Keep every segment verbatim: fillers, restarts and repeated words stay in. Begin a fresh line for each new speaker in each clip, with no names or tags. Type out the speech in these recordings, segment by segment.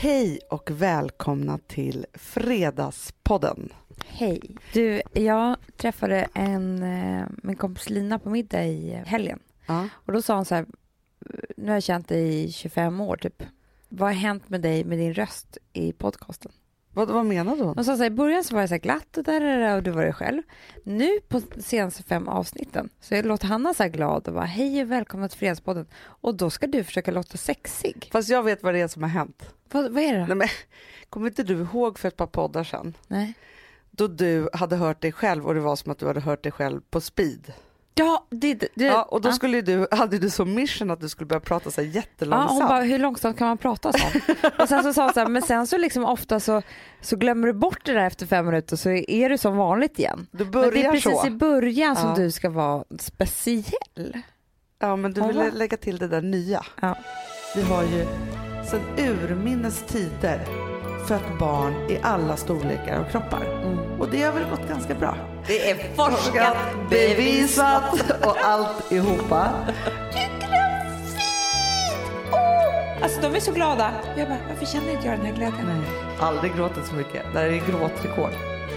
Hej och välkomna till Fredagspodden.
Hej. Du, jag träffade en min kompis Lina på middag i helgen.
Ja.
Och då sa hon så här, nu har jag känt dig i tjugofem år typ. Vad har hänt med dig med din röst i podcasten?
Vad, vad menar du?
Hon sa så här, i början så var det så här glatt och där och du var det själv. Nu på senaste fem avsnitten så jag låter Hanna så här glad och bara hej och välkomna till Fredagspodden. Och då ska du försöka låta sexig.
Fast jag vet vad det är som har hänt.
Vad, vad är det då?
Nej, men, kommer inte du ihåg för ett par poddar sedan?
Nej.
Då du hade hört dig själv och det var som att du hade hört dig själv på speed.
Ja, det, det,
ja och då
ja.
skulle du, hade du som mission att du skulle börja prata så här jättelångsamt.
Ja, hon bara, hur långsamt kan man prata så? Och sen så sa hon så här, men sen så liksom ofta så, så glömmer du bort det där efter fem minuter så är du som vanligt igen.
Du börjar
men det är precis
så.
i början som
ja.
du ska vara speciell.
Ja, men du vill
ja.
lägga till det där nya.
Ja.
Vi har ju sedan urminnes tider fött barn i alla storlekar och kroppar. Mm. Och det har väl gått ganska bra.
Det är forskat,
bevisat och allt ihop.
Tycker det är fint! Oh! Alltså de är så glada. Jag bara, varför känner inte jag den här glädjen?
Nej, aldrig gråtit så mycket. Där är det gråtrekord.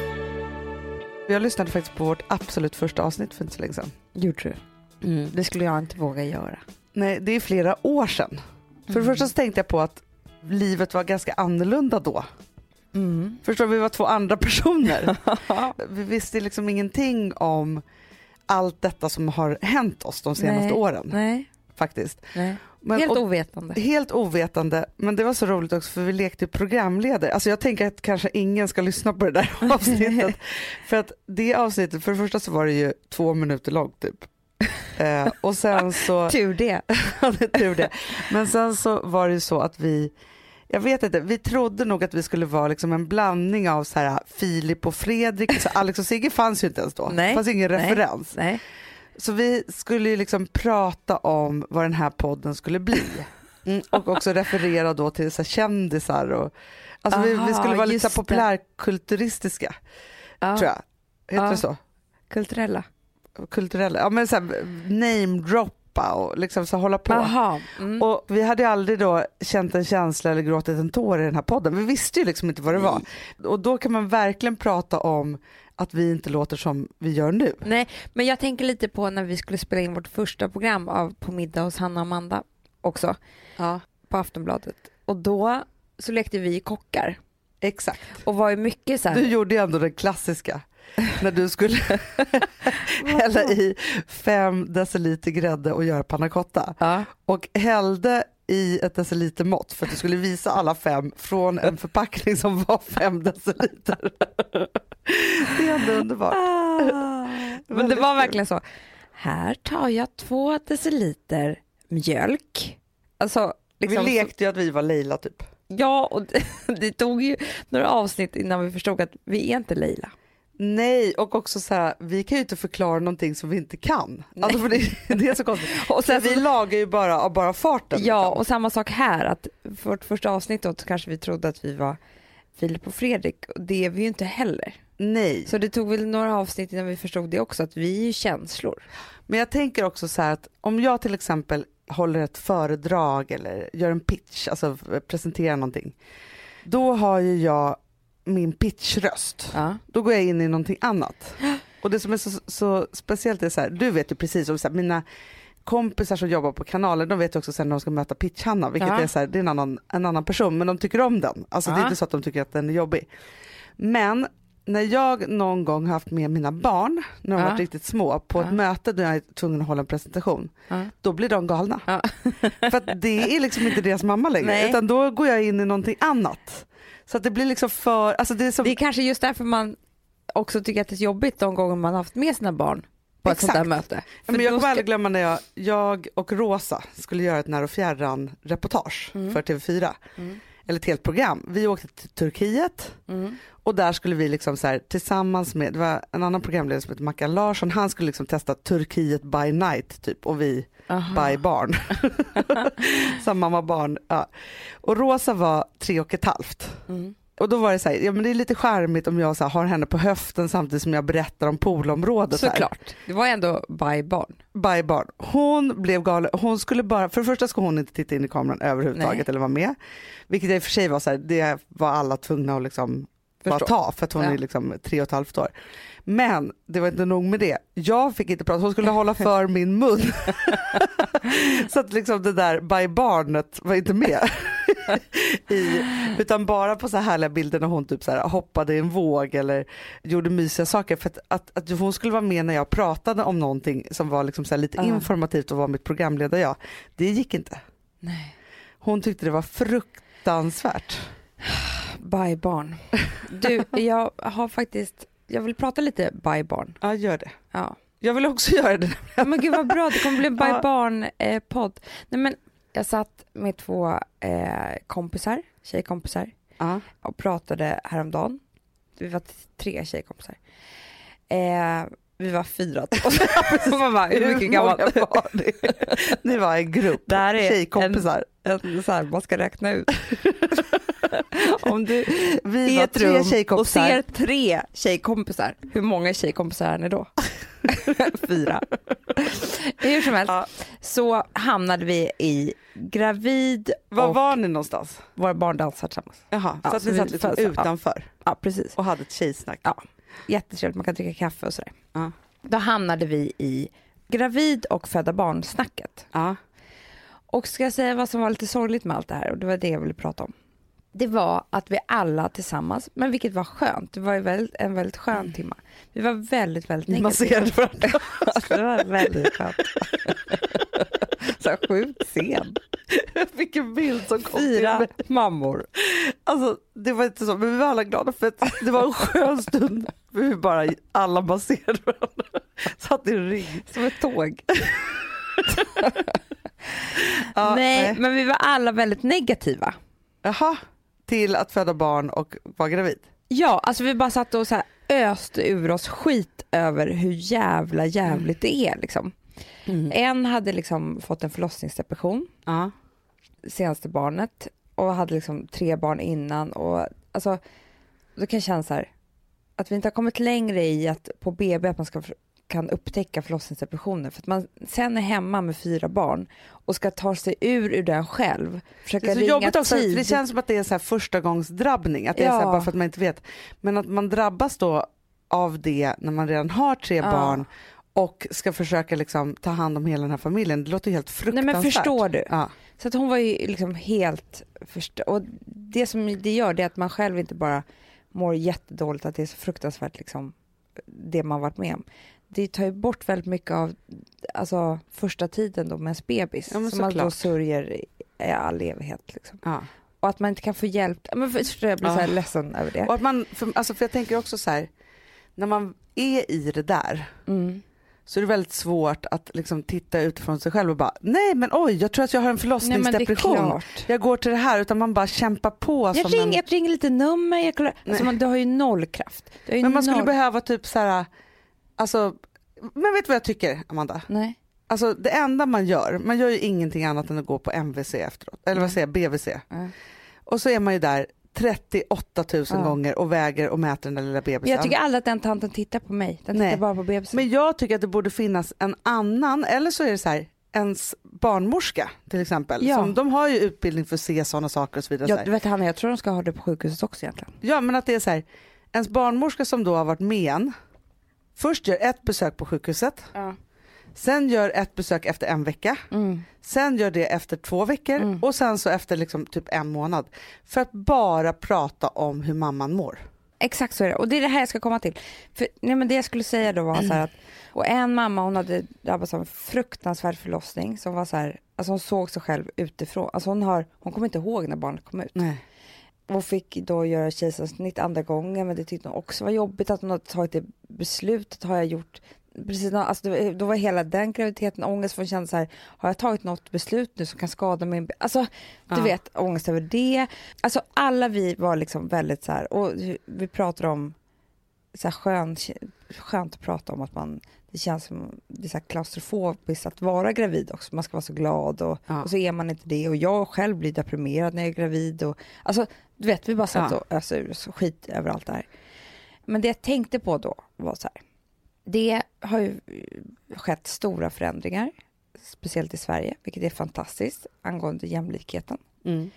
Jag lyssnade faktiskt på vårt absolut första avsnitt för inte så länge sedan.
Gjorde du? Mm. Det skulle jag inte våga göra. Nej,
det är flera år sedan. För det
mm.
första så tänkte jag på att livet var ganska annorlunda då.
Mm.
Förstår vi var två andra personer. Vi visste liksom ingenting om allt detta som har hänt oss de senaste
Nej.
åren.
Nej.
Faktiskt.
Nej.
Men,
helt
och,
ovetande.
Helt ovetande. Men det var så roligt också för vi lekte programledare. Alltså jag tänker att kanske ingen ska lyssna på det där avsnittet. För att det avsnittet, för det första så var det ju två minuter långt typ. Eh, och sen så...
Tur det.
Tur det. Men sen så var det ju så att vi... Jag vet inte, vi trodde nog att vi skulle vara liksom en blandning av så här Filip och Fredrik. Så Alex och Sigge fanns ju inte ens då.
Nej.
Det fanns ingen referens.
Nej. Nej.
Så vi skulle ju liksom prata om vad den här podden skulle bli. Mm, och också referera då till så här kändisar. Och, alltså Aha, vi, vi skulle vara lite populärkulturistiska,
ja.
tror jag. Heter
ja.
det så?
Kulturella.
Kulturella, ja men så här, name drop. Och liksom så hålla på.
Aha, mm.
Och vi hade aldrig då känt en känsla eller gråtit en tår i den här podden. Vi visste ju liksom inte vad det var. Mm. Och då kan man verkligen prata om att vi inte låter som vi gör nu.
Nej, men jag tänker lite på när vi skulle spela in vårt första program av På middag hos Hanna och Amanda också.
Ja.
På Aftonbladet. Och då så lekte vi kockar.
Exakt.
Och var ju mycket så här...
Du gjorde ju ändå den klassiska. När du skulle hälla i fem deciliter grädde och göra panna cotta.
Ja.
Och hällde i ett deciliter mått för att du skulle visa alla fem från en förpackning som var fem deciliter. Det är ändå underbart.
Ah. Men det var verkligen så. Här tar jag två deciliter mjölk. Alltså, liksom,
vi lekte ju att vi var Leila typ.
Ja, och det, det tog ju några avsnitt innan vi förstod att vi är inte Leila.
Nej, och också så här, vi kan ju inte förklara någonting som vi inte kan. Alltså för det, det är så konstigt. Och sen, vi lagar ju bara av bara farten.
Ja,
liksom.
Och samma sak här, att för vårt första avsnitt då, så kanske vi trodde att vi var Filip och Fredrik. Och det är vi ju inte heller.
Nej.
Så det tog väl några avsnitt innan vi förstod det också, att vi är ju känslor.
Men jag tänker också så här att om jag till exempel håller ett föredrag eller gör en pitch, alltså presenterar någonting. Då har ju jag min pitchröst.
Ja.
Då går jag in i någonting annat. Och det som är så, så speciellt är så här, du vet ju precis, och så här, mina kompisar som jobbar på kanalen, de vet ju också sen när de ska möta pitch-Hanna, vilket
ja.
är så här, det är en annan, en annan person, men de tycker om den. Alltså
ja.
det är inte så att de tycker att den är jobbig. Men när jag någon gång haft med mina barn, när de
ja.
varit riktigt små, på
ja.
ett möte där jag är tvungen att hålla en presentation,
ja.
då blir de galna.
Ja.
För att det är liksom inte deras mamma längre,
Nej.
utan då går jag in i någonting annat. Så att det blir liksom för... Alltså det, är som...
det är kanske just därför man också tycker att det är jobbigt de gånger man har haft med sina barn på ett
Exakt.
sånt där möte.
Ja, men jag kommer
ska...
aldrig glömma när jag, jag och Rosa skulle göra ett när och fjärran reportage
mm.
för T V fyra.
Mm.
Eller ett helt program. Vi åkte till Turkiet
mm.
och där skulle vi liksom så här, tillsammans med, det var en annan programledare som heter Mackan Larsson, han skulle liksom testa Turkiet by night typ, och vi Aha. by barn. Som mamma barn. Ja. Och Rosa var tre och ett halvt.
Mm.
Och då var det så här, ja men det är lite charmigt om jag så här, har henne på höften samtidigt som jag berättar om poolområdet.
Såklart. Det var ändå by-barn.
By-barn. Hon blev galen. Hon skulle bara, för det första ska hon inte titta in i kameran överhuvudtaget. Nej. Eller vara med. Vilket i och för sig var så här, det var alla tvungna att liksom bara ta för att hon ja. är liksom tre och ett halvt år. Men det var inte nog med det. Jag fick inte prata, hon skulle hålla för min mun. Så att liksom det där by-barnet var inte med. I, utan bara på så här härliga bilder när hon typ så här hoppade i en våg eller gjorde mysiga saker. För att, att, att hon skulle vara med när jag pratade om någonting som var liksom så här lite uh. informativt och var mitt programledare. Ja, det gick inte.
Nej.
Hon tyckte det var fruktansvärt.
By barn. Du, jag har faktiskt, jag vill prata lite by barn.
Ja, gör det.
Ja.
Jag vill också göra det.
Ja, men gud vad bra, det kommer bli en by ja. barn eh, podd. Nej men jag satt med två eh, kompisar, tjejkompisar
ja.
och pratade häromdagen. Vi var tre tjejkompisar. Eh, vi var fyra. Man bara, hur mycket gammal
var det? Ni var en grupp
där är
tjejkompisar.
En, en, så här, man ska räkna ut. Om du
vi
är
var tre tjejkompisar
och ser tre tjejkompisar, hur många tjejkompisar är ni då? Fyra. Hur som helst, ja. Så hamnade vi i gravid.
Var var ni någonstans?
Våra barn dansar tillsammans.
Jaha, ja, så att ni satt liksom utanför.
Ja. Ja, precis.
Och hade ett tjejsnack.
Ja, jättetrevligt, man kan dricka kaffe och sådär.
Ja.
Då hamnade vi i gravid och födda barn-snacket.
Ja.
Och ska jag säga vad som var lite sorgligt med allt det här, och det var det jag ville prata om. Det var att vi alla tillsammans, men vilket var skönt, det var ju väldigt, en väldigt skön mm. timme. Vi var väldigt, väldigt negativa.
Man ser varandra.
Det var väldigt skönt. Så sjukt sen.
Vilken bild som kom
Fyra till mammor.
Alltså det var inte så, men vi var alla glada för att det var en skön stund. Vi bara alla masserade varandra. Satt i en ring.
Som ett tåg.
Ja,
nej, nej, men vi var alla väldigt negativa.
Jaha, till att föda barn och vara gravid?
Ja, alltså vi bara satt och så här öste ur oss skit över hur jävla jävligt mm. det är liksom. Mm. En hade liksom fått en förlossningsdepression.
Uh-huh.
Senaste barnet. Och hade liksom tre barn innan. Och alltså, då kan jag känna så här, att vi inte har kommit längre i att på B B att man ska kan upptäcka förlossningsdepressioner. För att man sen är hemma med fyra barn och ska ta sig ur ur den själv. Försöka
det är så
ringa
jobbigt också,
tid.
för det känns som att det är så här första gångs drabbning. Att det är
ja.
så här, bara för att man inte vet. Men att man drabbas då av det när man redan har tre ja. barn och ska försöka liksom ta hand om hela den här familjen. Det låter helt fruktansvärt.
Nej, men förstår du?
Ja.
Så att hon var ju liksom helt förstå- och det som det gör det är att man själv inte bara mår jättedåligt, att det är så fruktansvärt liksom det man varit med om. Det tar ju bort väldigt mycket av alltså första tiden då med ens bebis ja, som man då sörjer i all evighet liksom.
Ja. Och
att man inte kan få hjälp. Men för, jag blir ja. så här ledsen över det.
Och att man för, alltså för jag tänker också så här, när man är i det där
mm.
så är det väldigt svårt att liksom titta utifrån sig själv och bara, nej men oj, jag tror att jag har en förlossningsdepression. Jag går till det här, utan man bara kämpar på.
Jag,
som
ring,
en...
jag ringer lite nummer. Jag kollar. Alltså man, du har ju noll kraft. Ju
men man
noll...
skulle behöva typ så här, alltså, men vet du vad jag tycker, Amanda?
Nej.
Alltså det enda man gör, man gör ju ingenting annat än att gå på M V C efteråt. Eller vad säger jag, B V C.
Mm.
Och så är man ju där trettioåtta tusen
ja.
gånger och väger och mäter den där lilla bebisen.
Jag tycker aldrig att den tanten tittar på mig. Den
Nej.
tittar bara på bebisen.
Men jag tycker att det borde finnas en annan, eller så är det så här, ens barnmorska till exempel.
Ja.
Som, de har ju utbildning för att se sådana saker och så vidare.
Ja, du vet Hanna, jag tror de ska ha det på sjukhuset också egentligen.
Ja, men att det är så här, ens barnmorska som då har varit med en, först gör ett besök på sjukhuset.
Ja.
Sen gör ett besök efter en vecka.
Mm.
Sen gör det efter två veckor. Mm. Och sen så efter liksom typ en månad. För att bara prata om hur mamman mår.
Exakt så är det. Och det är det här jag ska komma till. För, nej, men det jag skulle säga då var så här att, och en mamma, hon hade drabbats av en fruktansvärd förlossning som var så här, alltså hon såg sig själv utifrån. Alltså hon har, hon kommer inte ihåg när barnet kom ut.
Nej.
Och fick då göra kejsarsnitt andra gången, men det tyckte hon också var jobbigt att hon hade tagit det beslutet. Har jag gjort precis, alltså då var hela den graviditeten ångest, för hon kände så här, har jag tagit något beslut nu som kan skada min, alltså du ja. vet, ångest över det. Alltså alla vi var liksom väldigt så här, och vi pratade om så här skön skönt att prata om att man, det känns som det är så här klaustrofobiskt att vara gravid också. Man ska vara så glad och, ja. och så är man inte det. Och jag själv blir deprimerad när jag är gravid. Och, alltså, du vet, vi bara satt ja. och öser ur så skit över allt det här. Men det jag tänkte på då var så här. Det har ju skett stora förändringar, speciellt i Sverige, vilket är fantastiskt, angående jämlikheten. Mm.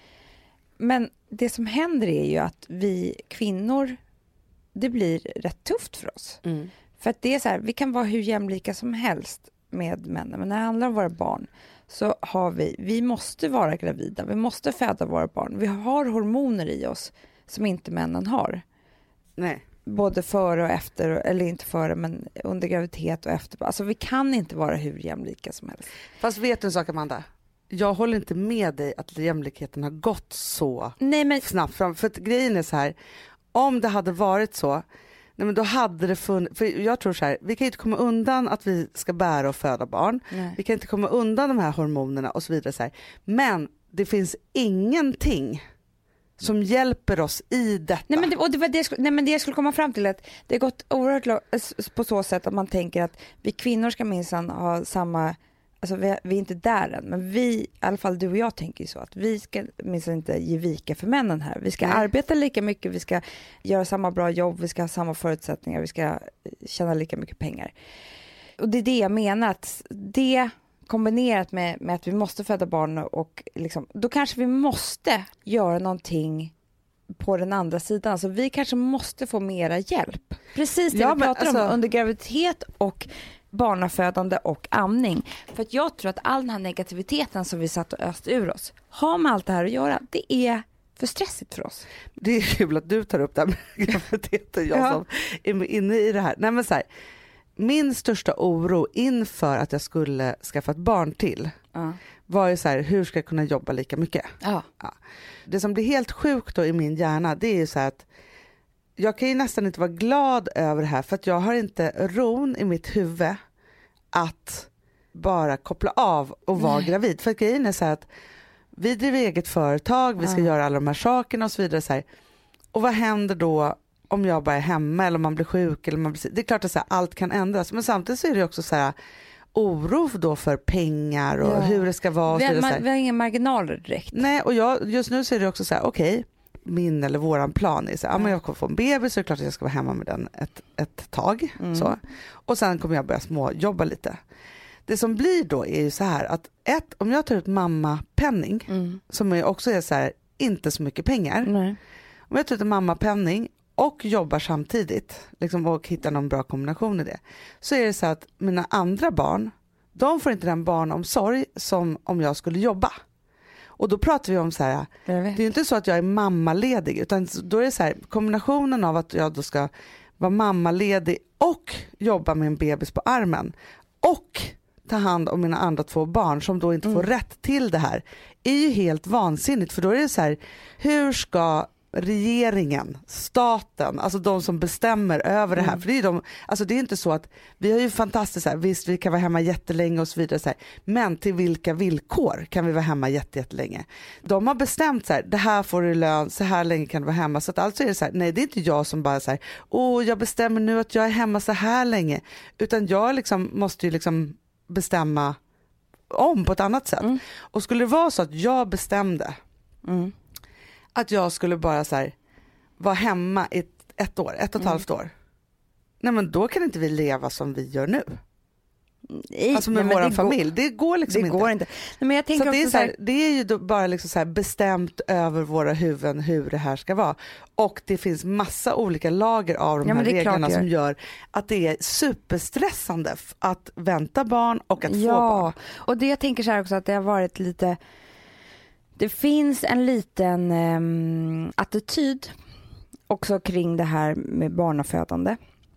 Men det som händer är ju att vi kvinnor, det blir rätt tufft för oss. Mm. För att det är så här, vi kan vara hur jämlika som helst med männen, men när det handlar om våra barn så har vi, vi måste vara gravida, vi måste föda våra barn. Vi har hormoner i oss som inte männen har.
Nej.
Både före och efter, eller inte före, men under graviditet och efter. Alltså vi kan inte vara hur jämlika som helst.
Fast vet du en sak, Amanda? Jag håller inte med dig att jämlikheten har gått så nej, men... snabbt fram. För att grejen är så här, om det hade varit så, nej men då hade det funnits, för jag tror så här, vi kan inte komma undan att vi ska bära och föda barn. Nej. Vi kan inte komma undan de här hormonerna och så vidare. Så här. Men det finns ingenting som hjälper oss i detta.
Nej men det, och det var det jag skulle, nej men det jag skulle komma fram till att det har gått oerhört långt på så sätt att man tänker att vi kvinnor ska minsann ha samma, alltså vi, vi är inte där än, men vi, i alla fall du och jag tänker ju så att vi ska minsann inte ge vika för männen här. Vi ska nej. arbeta lika mycket, vi ska göra samma bra jobb, vi ska ha samma förutsättningar, vi ska tjäna lika mycket pengar. Och det är det jag menar, att det kombinerat med, med att vi måste föda barn och liksom, då kanske vi måste göra någonting på den andra sidan. Alltså vi kanske måste få mera hjälp. Precis det ja, vi pratar alltså... om under graviditet och barnafödande och amning. För att jag tror att all den här negativiteten som vi satt och öst ur oss har med allt det här att göra. Det är för stressigt för oss.
Det är kul att du tar upp det här med graviditeten. Jag ja. som är inne i det här. Nej men så här. Min största oro inför att jag skulle skaffa ett barn till uh. var ju så här, hur ska jag kunna jobba lika mycket? Uh. Ja. Det som blir helt sjukt då i min hjärna, det är ju så här att jag kan ju nästan inte vara glad över det här, för att jag har inte ron i mitt huvud att bara koppla av och vara Nej. gravid. För att grejen är så här att vi driver eget företag, vi ska uh. göra alla de här sakerna och så vidare. Så här. Och vad händer då om jag bara är hemma eller om man blir sjuk eller man blir, det är klart att så här, allt kan ändras, men samtidigt så är det också så här oro då för pengar och ja. hur det ska vara.
Vi har,
så
man, vi har inga marginaler direkt.
Nej, och jag, just nu så är det också så här, okej, okay, min eller våran plan är så här, ja. men jag kommer få en bebis så är det klart att jag ska vara hemma med den ett, ett tag. Mm. Så. Och sen kommer jag börja små jobba lite. Det som blir då är ju så här att ett, om jag tar ut mammapenning mm. som är också är så här, inte så mycket pengar. Nej. Om jag tar ut en mammapenning och jobbar samtidigt liksom, och hittar någon bra kombination i det, så är det så att mina andra barn, de får inte den barnomsorg som om jag skulle jobba. Och då pratar vi om så här, det är ju inte så att jag är mammaledig, utan då är det så här, kombinationen av att jag då ska vara mammaledig och jobba med en bebis på armen och ta hand om mina andra två barn som då inte mm. får rätt till det här, är ju helt vansinnigt. För då är det så här, hur ska regeringen, staten, alltså de som bestämmer över det här, mm. för det är de, alltså det är inte så att vi har ju fantastiskt så här, visst vi kan vara hemma jättelänge och så vidare så här, men till vilka villkor kan vi vara hemma jätte, jättelänge? De har bestämt så här, det här får du lön, så här länge kan du vara hemma, så att alltså är det så här, nej det är inte jag som bara så här, åh jag bestämmer nu att jag är hemma så här länge, utan jag liksom måste ju liksom bestämma om på ett annat sätt. Mm. Och skulle det vara så att jag bestämde mm. att jag skulle bara så här vara hemma i ett, ett år, ett och ett mm. halvt år. Nej men då kan inte vi leva som vi gör nu. Nej, alltså med vår familj. Går, det går liksom
det
inte.
Går inte. Nej, men jag tänker
så det, är
också
så här, det är ju då bara liksom så här bestämt över våra huvuden hur det här ska vara. Och det finns massa olika lager av de ja, här reglerna som gör att det är superstressande att vänta barn och att
ja,
få barn.
Och det jag tänker så här också att det har varit lite, det finns en liten um, attityd också kring det här med barnafödande.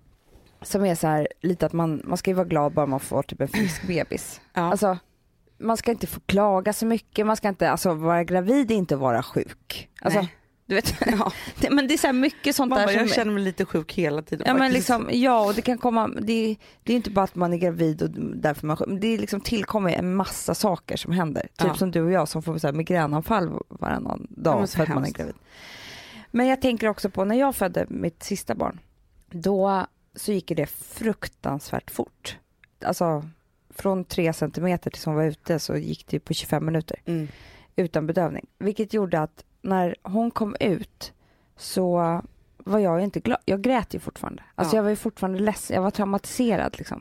Som är så här lite att man, man ska ju vara glad bara man får typ en frisk bebis. Ja. Alltså, man ska inte få klaga så mycket. Man ska inte, alltså vara gravid är inte vara sjuk. Alltså,
nej.
Du vet, ja. det, men det är så här mycket sånt
Mamma,
där.
Jag
som,
känner mig lite sjuk hela tiden.
Ja, men liksom, ja, och det kan komma, det, det är inte bara att man är gravid och därför man, det liksom tillkommer en massa saker som händer. Typ ja. som du och jag som får så här migränanfall varannan dag ja, för att man är gravid. Men jag tänker också på när jag födde mitt sista barn. Då så gick det fruktansvärt fort. Alltså från tre centimeter tills hon var ute så gick det på tjugofem minuter
Mm.
utan bedövning. Vilket gjorde att när hon kom ut så var jag inte glad. Jag grät ju fortfarande. Alltså
Ja.
jag var ju fortfarande ledsen. Jag var traumatiserad liksom.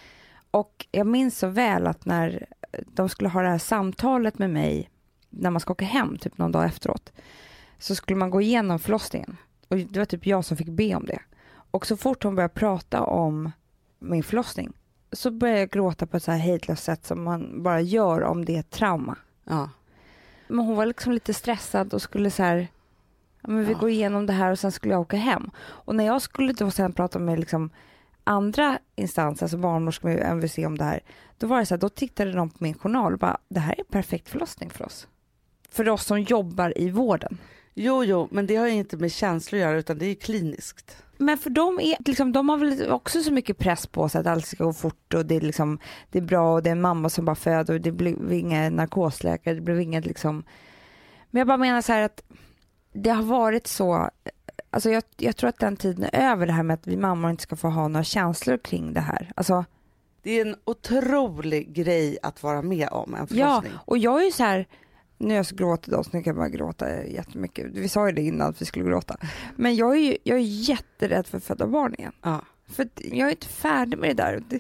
Och jag minns så väl att när de skulle ha det här samtalet med mig när man ska åka hem typ någon dag efteråt så skulle man gå igenom förlossningen. Och det var typ jag som fick be om det. Och så fort hon började prata om min förlossning så började jag gråta på ett så här hejdlöst sätt som man bara gör om det är ett trauma.
Ja.
Men hon var liksom lite stressad och skulle så här, ja, men vi
Ja.
går igenom det här och sen skulle jag åka hem. Och när jag skulle då sen prata med liksom andra instanser, alltså barnmorskor med M V C om det här, då var det så här, då tittade de på min journal och bara, det här är en perfekt förlossning för oss. För oss som jobbar i vården.
Jo, jo, men det har ju inte med känslor att göra utan det är ju kliniskt.
Men för dem är liksom, de har väl också så mycket press på sig att allt ska gå fort och det är liksom, det är bra och det är en mamma som bara föder och det blir inga narkosläkare, det blir inget liksom. Men jag bara menar så här att det har varit så, alltså jag, jag tror att den tiden är över det här med att vi mammor inte ska få ha några känslor kring det här. Alltså,
Det är en otrolig grej att vara med om en
ja,
förlossning.
och jag är ju så här, nu är jag så gråter idag så nu kan jag bara gråta jättemycket. Vi sa ju det innan att vi skulle gråta. Men jag är ju jag är jätterädd för att föda barn igen.
Ja.
För att jag är inte färdig med det där. Det,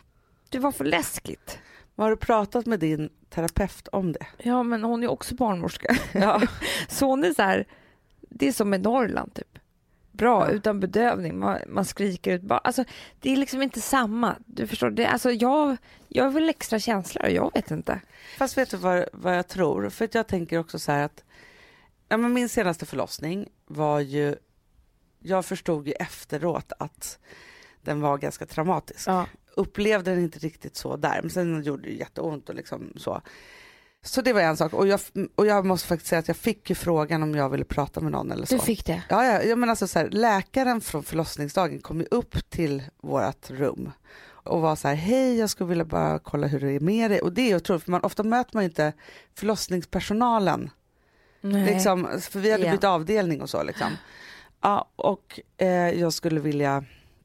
det var för läskigt.
Har du pratat med din terapeut om det?
Ja, men hon är också barnmorska.
Ja.
Så hon är så här, det är som i Norrland typ. Bra,
Ja.
utan bedövning. Man, man skriker ut bara. Alltså, det är liksom inte samma. Du förstår, det, alltså, jag, jag har väl extra känslor, jag vet inte.
Fast vet du vad, vad jag tror? För att jag tänker också så här att ja, men min senaste förlossning var ju, jag förstod ju efteråt att den var ganska traumatisk.
Ja.
Upplevde den inte riktigt så där, men sen gjorde det jätteont och liksom så. Så det var en sak och jag, och jag måste faktiskt säga att jag fick ju frågan om jag ville prata med någon eller så.
Du fick det?
Ja, ja, ja men alltså så här, läkaren från förlossningsdagen kom ju upp till vårat rum och var så här, hej jag skulle vilja bara kolla hur det är med dig. Och det är otroligt, för man, ofta möter man ju inte förlossningspersonalen.
Nej.
Liksom, för vi hade
Ja.
bytt avdelning och så liksom. Ja, och eh, jag skulle vilja,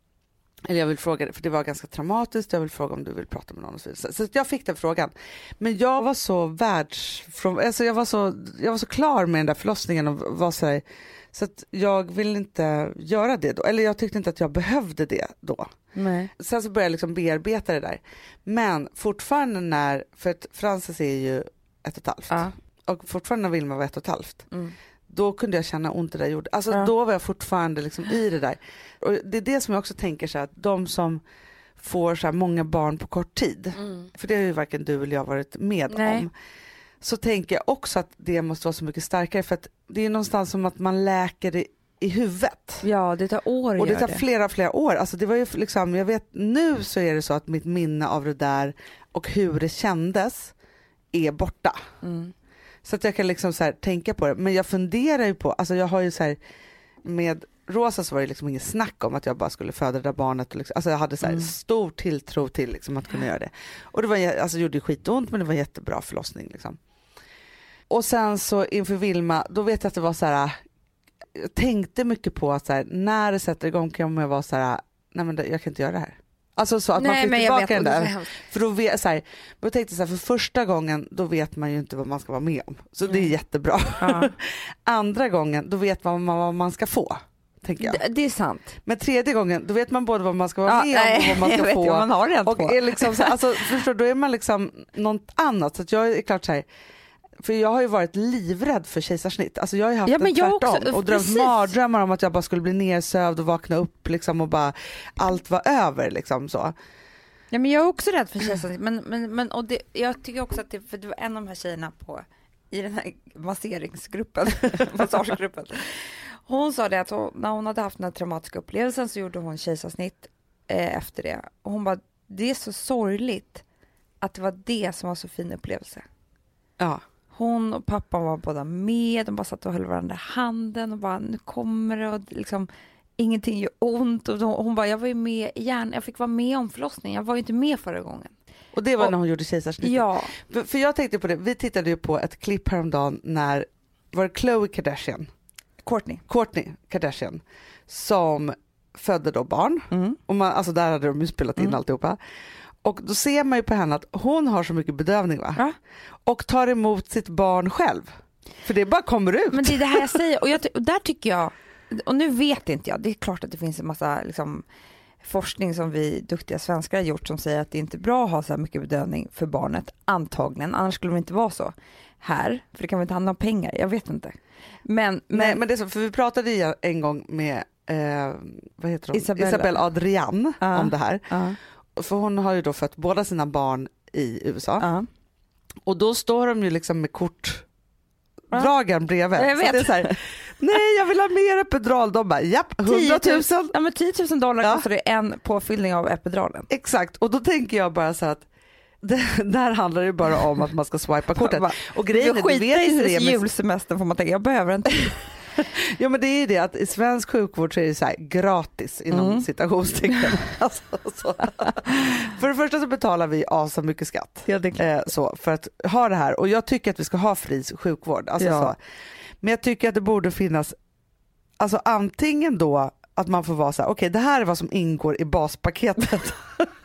eller jag vill fråga, för det var ganska traumatiskt, jag vill fråga om du vill prata med någon och så vidare. Så jag fick den frågan. Men jag var så världs, alltså jag var så, jag var så klar med den där förlossningen och var så här, så att jag vill inte göra det då. Eller jag tyckte inte att jag behövde det då.
Nej.
Sen så började jag liksom bearbeta det där. Men fortfarande när, för att Frances är ju ett och ett halvt.
Ja.
Och fortfarande när Vilma var ett och ett halvt.
Mm.
Då kunde jag känna ont det där gjorde. Alltså
Ja.
då var jag fortfarande liksom i det där. Och det är det som jag också tänker så här, att de som får så här många barn på kort tid.
Mm.
För det har ju varken du eller jag varit med
Nej.
om. Så tänker jag också att det måste vara så mycket starkare. För att det är någonstans som att man läker det i huvudet.
Ja, det tar år att
Och det
göra
tar flera, flera år. Alltså det var ju liksom, jag vet nu så är det så att mitt minne av det där och hur det kändes är borta.
Mm.
Så att jag kan liksom så här tänka på det. Men jag funderar ju på, alltså jag har ju så här, med Rosa så var det liksom ingen snack om att jag bara skulle föda det där barnet. Och liksom, alltså jag hade så här
Mm.
stor tilltro till liksom att kunna göra det. Och det var, alltså det gjorde skitont men det var en jättebra förlossning liksom. Och sen så inför Vilma, då vet jag att det var så här, jag tänkte mycket på att så här, när det sätter igång kan jag vara så här, nej men det, jag kan inte göra det här. Alltså så att man
Nej,
fick
men jag
tillbaka
vet
den
att det är
där.
så hemskt.
För då vet, så här, då tänkte jag så här, för första gången då vet man ju inte vad man ska vara med om. Så det är
Mm.
jättebra.
Ja.
Andra gången då vet man vad man ska få. Tänker jag.
Det, det är sant.
Men tredje gången då vet man både vad man ska vara
Ja,
med om och vad man
jag
ska
vet
få.
ju vad man har redan
Och
på.
är liksom så, alltså, förstår, då är man liksom något annat. Så att jag är klart så här, för jag har ju varit livrädd för kejsarsnitt. Alltså jag har ju haft
Ja, men
det
jag
tvärtom.
också,
Och drömt
precis.
mardrömmar om att jag bara skulle bli nersövd och vakna upp liksom och bara allt var över liksom så.
Ja, men jag är också rädd för kejsarsnitt. Men, men, men och det, jag tycker också att det, för det var en av de här tjejerna på, i den här masseringsgruppen, massagegruppen. Hon sa det att hon, när hon hade haft den här traumatiska upplevelsen så gjorde hon kejsarsnitt eh, efter det. Och hon bara, det är så sorgligt att det var det som var så fin upplevelse.
Ja.
Hon och pappan var båda med, de bara satt och höll varandra i handen och bara, nu kommer det och liksom ingenting gör ont. Och hon bara, jag var ju med igen, jag fick vara med om förlossningen, jag var ju inte med förra gången.
Och det var
Och-
när hon gjorde kejsarsnitt.
Ja,
För, för jag tänkte på det, vi tittade ju på ett klipp häromdagen när, var det Khloe Kardashian?
Courtney.
Kourtney Kardashian som födde då barn.
Mm.
Och man, alltså där hade de ju spelat in
Mm.
alltihopa. Och då ser man ju på henne att hon har så mycket bedövning va?
Ja.
Och tar emot sitt barn själv. För det bara kommer ut.
Men det är det här jag säger. Och, jag, och där tycker jag, och nu vet inte jag, det är klart att det finns en massa liksom, forskning som vi duktiga svenskar har gjort som säger att det inte är bra att ha så här mycket bedövning för barnet, antagligen. Annars skulle det inte vara så här. För det kan väl inte handla om pengar, jag vet inte. Men, men,
Nej, men det är så, för vi pratade ju en gång med eh, vad heter hon?
Isabella.
Isabella Adrian
Ja.
om det här.
ja,
För hon har ju då fött båda sina barn i U S A.
ja.
Och då står de ju liksom med kortdragaren bredvid.
Jag
Så
vet.
det är så här, nej jag vill ha mer epidural. De bara, japp, hundratusen.
Ja, men tio tusen dollar
Ja.
kostar det en påfyllning av epiduralen.
Exakt, och då tänker jag bara så här att det, där handlar det bara om att man ska swipa kortet.
Bara,
Och grejen är, du vet ju hur det är med...
julsemestern får man tänka, jag behöver inte.
Ja men det är ju det att i svensk sjukvård så är det så här gratis inom
Mm.
citationstecken. Alltså, så. För det första så betalar vi asa mycket skatt
Ja, det är klart.
eh, så, för att ha det här. Och jag tycker att vi ska ha fri sjukvård. Alltså,
Ja.
så. Men jag tycker att det borde finnas, alltså antingen då att man får vara så här, okej okay, det här är vad som ingår i baspaketet.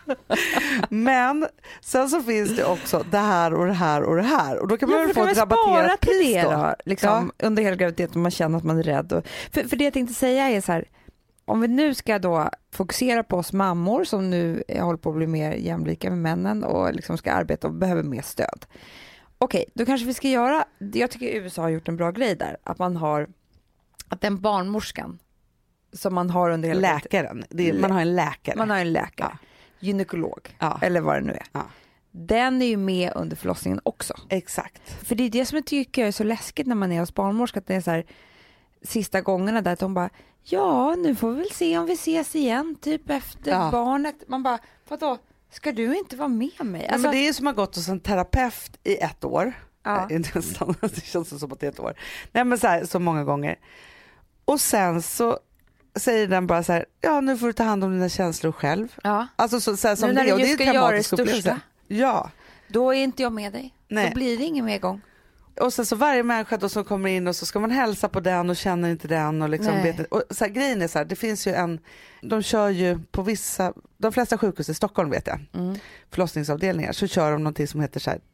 Men sen så finns det också det här och det här och det här. Och då kan man
Ja,
väl
för
få
då
ett
kan man spara
rabatterat
till
pris
det
då.
då, liksom, under hela graviditeten om man känner att man är rädd. Och, för, för det jag tänkte säga är så här, om vi nu ska då fokusera på oss mammor som nu håller på att bli mer jämlika med männen och liksom ska arbeta och behöver mer stöd. Okej, då kanske vi ska göra, jag tycker U S A har gjort en bra grej där, att man har, att den barnmorskan som man har under hela
Läkaren, det är, man har en läkare.
man har en läkare,
Ja.
gynekolog
Ja.
eller vad det nu är.
Ja.
Den är ju med under förlossningen också.
Exakt.
För det är det som jag tycker är så läskigt när man är hos barnmorska, att det är så här sista gångerna där att de bara, ja nu får vi väl se om vi ses igen typ efter
Ja.
barnet. Man bara, vadå, ska du inte vara med mig?
Nej,
Alltså,
men det är som att ha gått hos en terapeut i ett år.
Ja.
Nej, nästan, det känns som att det är ett år. Nej men så här, så många gånger. Och sen så säger den bara så här, ja nu får du ta hand om dina känslor själv.
ja.
Alltså så, så här, som
Nu när
det, och
du
det är
ska
en
göra det
traumatisk upplevelse.
största,
Ja.
då är inte jag med dig.
Nej.
Då blir det ingen mer gång.
Och sen så varje människa då som kommer in och så ska man hälsa på den och känner inte den och liksom
Nej.
vet inte. Och så här, grejen är så här, det finns ju en, de kör ju på vissa, de flesta sjukhus i Stockholm vet jag,
Mm.
förlossningsavdelningar så kör de någonting som heter så här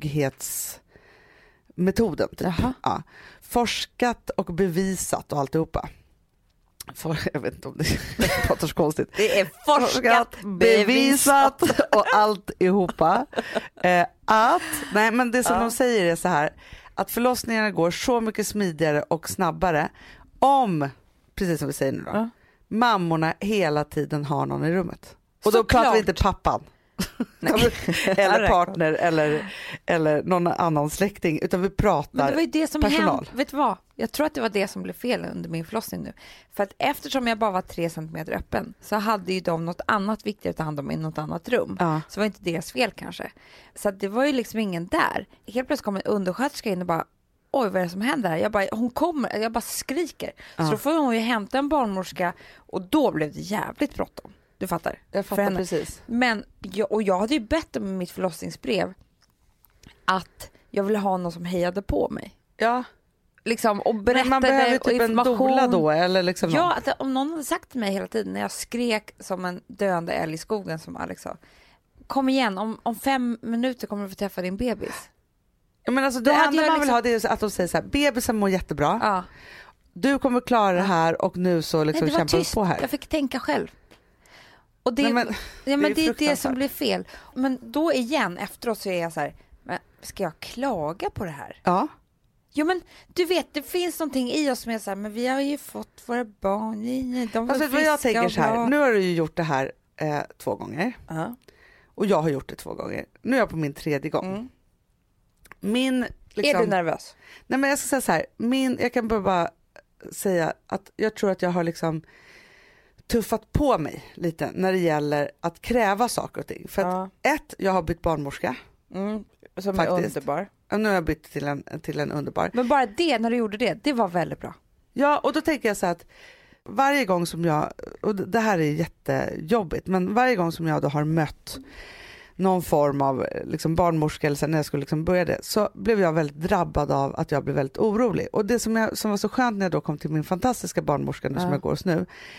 trygghetsmetoden typ.
Jaha.
Ja. Forskat och bevisat och alltihopa. For, jag vet inte om det pratar så konstigt.
Det är
Forskat, bevisat och alltihopa. Eh, att, nej men det som
Ja.
de säger är så här, att förlossningarna går så mycket smidigare och snabbare om, precis som vi säger nu då,
Ja.
mammorna hela tiden har någon i rummet. Och då
Såklart.
pratar vi inte pappan. eller partner eller, eller någon annan släkting, utan vi pratar
Men det var ju det som
personal.
hände. Vet du vad? Jag tror att det var det som blev fel under min förlossning nu. För att eftersom jag bara var tre centimeter öppen så hade ju de något annat viktigare att ta hand om i något annat rum.
Ja.
Så var inte deras fel kanske. Så att det var ju liksom ingen där. Helt plötsligt kom en undersköterska in och bara, oj vad är det som händer här? Jag bara, hon kommer, jag bara skriker. Så
Ja.
då får hon ju hämta en barnmorska och då blev det jävligt bråttom. Du fattar?
Jag
För
fattar
henne.
precis.
Men, jag, och jag hade ju bett om i mitt förlossningsbrev att jag ville ha någon som hejade på mig.
Ja.
Liksom, och
Men
berättade
man behöver
och
typ en
information.
doula då eller liksom
Ja,
någon.
att om någon hade sagt till mig hela tiden när jag skrek som en döende älg i skogen som Alex sa. Kom igen, om, om fem minuter kommer du få träffa din bebis.
Ja, men alltså,
Då
det
hade
enda
jag
man vill
liksom-
ha det är att de säger så här, bebisen mår jättebra,
Ja.
du kommer klara det här och nu så liksom
Nej, det var
kämpar vi
tyst.
på här.
Jag fick tänka själv. Och det,
Nej, men,
ja, men
det är
det är det
fruktansvärt.
som blir fel. Men då igen efteråt så är jag så här, men ska jag klaga på det här?
ja.
Jo men du vet, det finns någonting i oss som är så här, men vi har ju fått våra barn, de var
Alltså, vad jag tänker så här, nu har du ju gjort det här eh, två gånger
Ja.
och jag har gjort det två gånger. Nu är jag på min tredje gång.
Mm.
Min, liksom,
Är du nervös?
nej men jag ska säga så här, min, jag kan bara, bara säga att jag tror att jag har liksom tuffat på mig lite när det gäller att kräva saker och ting. För att
Ja.
ett, jag har bytt barnmorska.
Mm. Som
Faktiskt.
är underbar.
Och nu har jag bytt till en, till en underbar.
Men bara det, när du gjorde det, det var väldigt bra.
Ja, och då tänker jag så här att varje gång som jag, och det här är jättejobbigt, men varje gång som jag då har mött någon form av liksom barnmorska eller så när jag skulle liksom börja det, så blev jag väldigt drabbad av att jag blev väldigt orolig. Och det som, jag, som var så skönt när jag då kom till min fantastiska barnmorska nu,
Ja.
som jag går hos nu,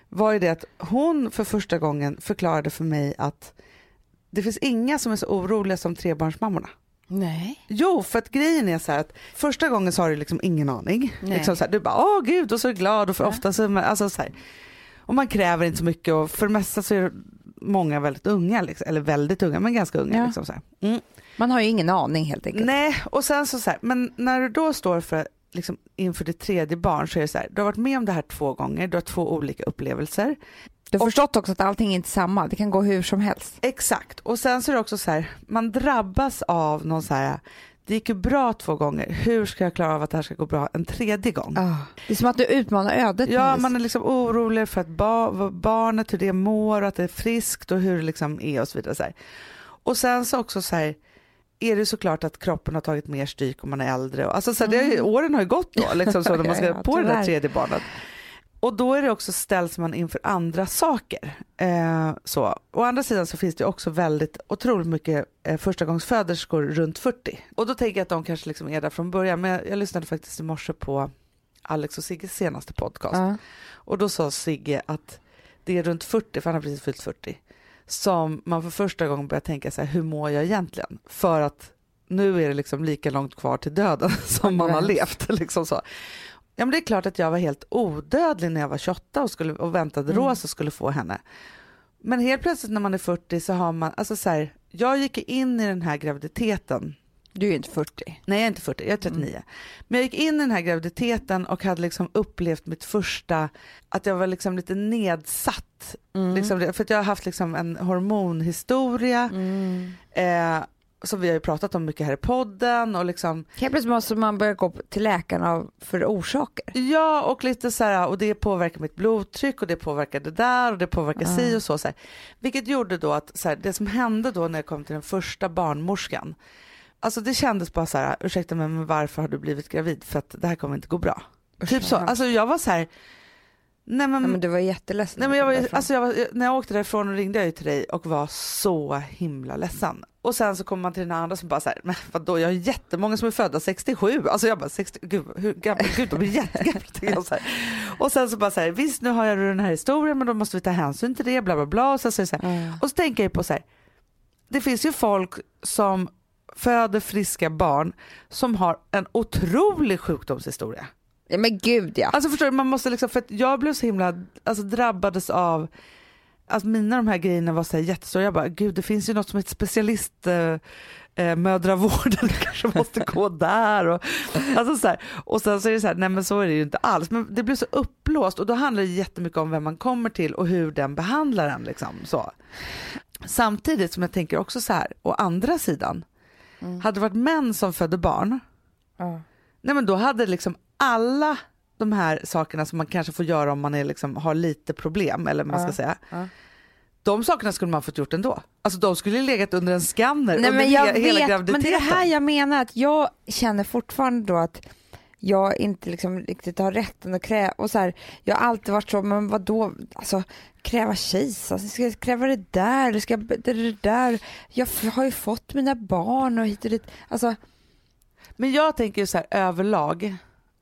var ju det att hon för första gången förklarade för mig att det finns inga som är så oroliga som trebarnsmammorna.
Nej.
Jo, för att grejen är så här att första gången så har du liksom ingen aning. Liksom så här, du bara, åh gud, och så är du glad och för ja. ofta så, alltså så här, och man kräver inte så mycket och för det mesta så är många väldigt unga, liksom, eller väldigt unga men ganska unga. Ja. Liksom så här. Mm.
Man har ju ingen aning helt enkelt.
Nej, och sen så, så här, men när du då står för liksom inför ditt tredje barn så är det så här, du har varit med om det här två gånger, du har två olika upplevelser.
Du har och, förstått också att allting är inte samma, det kan gå hur som helst.
Exakt, och sen så är det också så här, man drabbas av någon så här, det gick ju bra två gånger, hur ska jag klara av att det här ska gå bra en tredje gång?
Oh, det är som att du utmanar ödet.
Ja, man är liksom orolig för att bar, barnet, hur det mår och att det är friskt och hur det liksom är och så vidare. Så här. Och sen så också så här, är det såklart att kroppen har tagit mer stryk om man är äldre. Alltså, så här, mm. det, åren har ju gått då, liksom, så när man ska ja, på det där tredje barnet. Och då är det också ställs man inför andra saker. Eh, så. Å andra sidan så finns det också väldigt otroligt mycket eh, förstagångsföderskor runt fyrtio. Och då tänker jag att de kanske liksom är där från början. Men jag, jag lyssnade faktiskt i morse på Alex och Sigges senaste podcast. Uh. Och då sa Sigge att det är runt fyrtio, för han har precis fyllt fyrtio, som man för första gången börjar tänka så här, hur mår jag egentligen? För att nu är det liksom lika långt kvar till döden som man har levt. Liksom så. Ja, men det är klart att jag var helt odödlig när jag var tjugoåtta och, skulle, och väntade mm. Rosa skulle få henne. Men helt plötsligt när man är fyrtio så har man, alltså så här, jag gick in i den här graviditeten.
Du är inte fyrtio.
Nej, jag är inte fyrtio, jag är trettionio. Mm. Men jag gick in i den här graviditeten och hade liksom upplevt mitt första, att jag var liksom lite nedsatt. Mm. Liksom, för att jag har haft liksom en hormonhistoria. Mm. Eh, som vi har ju pratat om mycket här i podden och liksom
helt plötsligt måste man börja gå till läkarna för orsaker.
Ja, och lite så här, och det påverkar mitt blodtryck och det påverkar det där och det påverkar mm. si och så, så här. Vilket gjorde då att så här, det som hände då när jag kom till den första barnmorskan, alltså det kändes bara så här, ursäkta mig, men varför har du blivit gravid? För att det här kommer inte gå bra. Usch, typ så. Alltså jag var så här, nej men,
nej, men du var jätteledsen.
Nej men jag var, alltså jag var, när jag åkte därifrån och ringde jag ju till dig och var så himla ledsen. Och sen så kommer man till den andra som bara så här, men vadå, jag har jättemånga som är födda sextiosju. Alltså jag bara, sextio, gud, hur gamla, gud, de är jättegamla. Och, så här. Och sen så bara så här, visst nu har jag den här historien, men då måste vi ta hänsyn till det, bla bla bla. Och så, så, så här. Mm. Och så tänker jag på så här, det finns ju folk som föder friska barn som har en otrolig sjukdomshistoria.
Ja men gud ja.
Alltså förstår du, man måste liksom, för att jag blev så himla, alltså drabbades av, alltså mina de här grejerna var så här jättestora. Jag bara, gud det finns ju något som heter specialist eh, eh, mödravården, du kanske måste gå där och, alltså så här. Och sen så är det så här, nej men så är det ju inte alls, men det blir så upplåst och då handlar det jättemycket om vem man kommer till och hur den behandlar en liksom så. Samtidigt som jag tänker också så här, å andra sidan mm. hade det varit män som födde barn mm. nej men då hade liksom alla de här sakerna som man kanske får göra om man är liksom, har lite problem eller vad man ska säga. Uh, uh. De sakerna skulle man fått gjort ändå. Alltså de skulle legat under en scanner.
Nej,
under
men jag
he- hela
vet,
graviditeten.
Men det är det här jag menar, att jag känner fortfarande då att jag inte liksom riktigt har rätten att kräva och så här, jag har alltid varit så, men vad då, alltså kräva kejs, alltså ska jag kräva det där, det ska det, det där. Jag har ju fått mina barn och hit och dit. Alltså
men jag tänker ju så här överlag,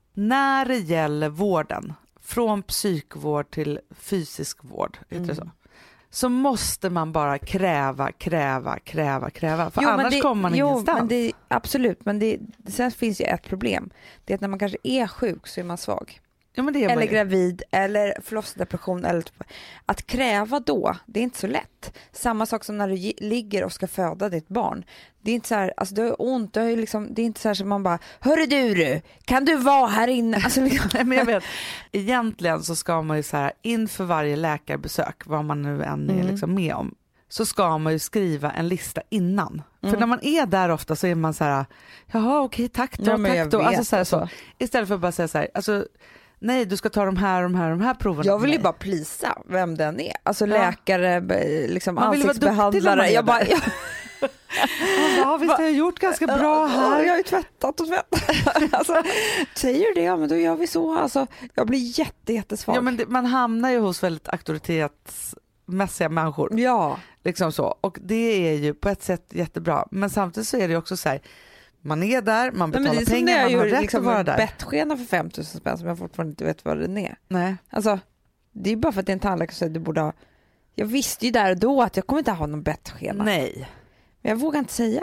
när det gäller vården, från psykvård till fysisk vård, heter det så, så måste man bara kräva, kräva, kräva, kräva. För jo, annars det, kommer man jo, ingenstans.
Men det, absolut, men det, sen finns ju ett problem. Det är att när man kanske är sjuk så är man svag.
Ja, men det är
eller
man
gravid, eller förlossningsdepression. Eller att kräva då, det är inte så lätt. Samma sak som när du ligger och ska föda ditt barn. Det är inte så här, alltså du har ont, du har liksom, det är inte så här som man bara, hörru du, du kan du vara här inne? Alltså, liksom.
Men jag vet, egentligen så ska man ju så här, inför varje läkarbesök, vad man nu än är mm. liksom med om, så ska man ju skriva en lista innan. Mm. För när man är där ofta så är man så här, jaha okej, tack då, ja, tack då. Alltså, så här, så. Istället för att bara säga så här, alltså nej, du ska ta de här, de här, de här proverna.
Jag vill ju bara plisa vem den är. Alltså ja. läkare, liksom ansiktsbehandlare. Jag bara, jag...
ja, visst har jag gjort ganska bra här.
Jag har ju tvättat och tvättat. Alltså, säger det, ja, men då gör vi så. Alltså, jag blir jätte, jättesvag.
Ja, men det, man hamnar ju hos väldigt auktoritetsmässiga människor.
Ja.
Liksom så. Och det är ju på ett sätt jättebra. Men samtidigt så är det också så här, man är där, man betalar
Nej,
pengar, man har rätt
liksom
att vara där.
Bettskena för fem tusen spänn som jag fortfarande inte vet vad den är.
Nej.
Alltså, det är bara för att det är en tandläkare så du borde ha, jag visste ju där och då att jag kommer inte ha någon bettskena.
Nej.
Men jag vågar inte säga.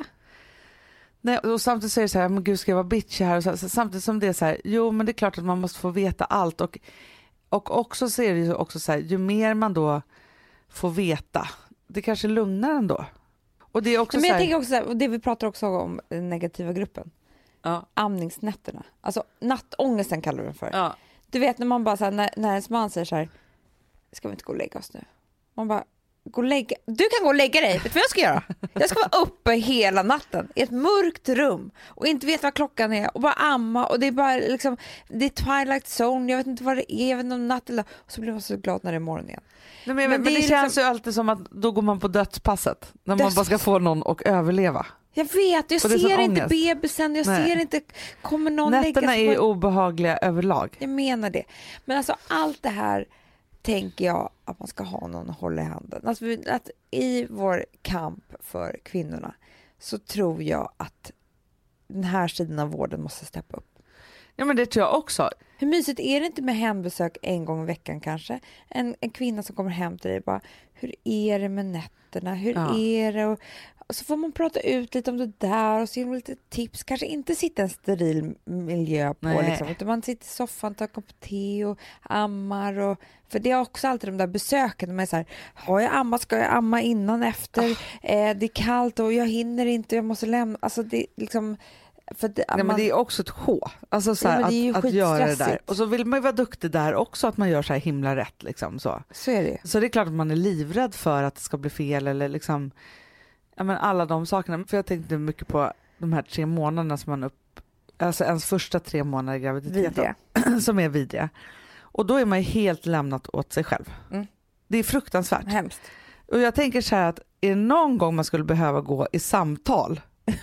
Nej, och samtidigt säger det så här, men gud ska jag vara bitch här? Och så, så, samtidigt som det är så här, jo men det är klart att man måste få veta allt. Och, och också så är det ju också så här, ju mer man då får veta, det kanske lugnar ändå. Och det är också
men
så
jag
här,
tänker också, och det vi pratar också om den negativa gruppen.
Ja.
Amningsnätterna. Alltså nattångesten kallar vi den för.
Ja.
Du vet när man bara så här, när, när ens man säger så här, ska vi inte gå och lägga oss nu? Man bara, gå och lägga. Du kan gå och lägga dig. Vet du vad jag ska göra? Jag ska vara uppe hela natten i ett mörkt rum och inte veta vad klockan är och bara amma och det är bara liksom, det är Twilight Zone, jag vet inte vad det är, jag vet inte om natt eller, och så blir man så glad när det är morgon igen.
Nej, men,
men
men det,
det
känns
liksom,
ju alltid som att då går man på dödspasset. När
Döds...
man bara ska få någon att överleva.
Jag vet, jag ser inte
ångest.
bebisen, jag
Nej.
ser inte, kommer någon
Nätterna
lägga sig
är ju
på...
obehagliga överlag.
Jag menar det. Men alltså allt det här tänker jag att man ska ha någon att hålla i handen. Alltså, att i vår kamp för kvinnorna så tror jag att den här sidan av vården måste steppa upp.
Ja men det tror jag också.
Hur mysigt är det inte med hembesök en gång i veckan kanske? En, en kvinna som kommer hem till dig bara, hur är det med nätterna? Hur
Ja.
är det? Och, och så får man prata ut lite om det där och se lite tips. Kanske inte sitta i en steril miljö på
Nej.
liksom, utan man sitter i soffan, tar en kopp te och ammar. Och, för det är också alltid de där besöken. Man är så här, har jag amma, ska jag amma innan, efter?
Oh.
Eh, det är kallt och jag hinner inte, jag måste lämna. Alltså det är liksom... För det,
Nej,
man,
men det är också ett H. Alltså så här,
ja, det är ju
att, att göra det där.
skitstressigt.
Och så vill man ju vara duktig där också, att man gör så här himla rätt. Liksom, så.
så är det.
så det är klart att man är livrädd för att det ska bli fel eller liksom, ja, men alla de sakerna. För jag tänkte mycket på de här tre månaderna som man upp, alltså ens första tre månader i graviditeten som är vidriga. Och då är man ju helt lämnat åt sig själv.
Mm.
Det är fruktansvärt.
Hemskt.
Och jag tänker så här att är det någon gång man skulle behöva gå i samtal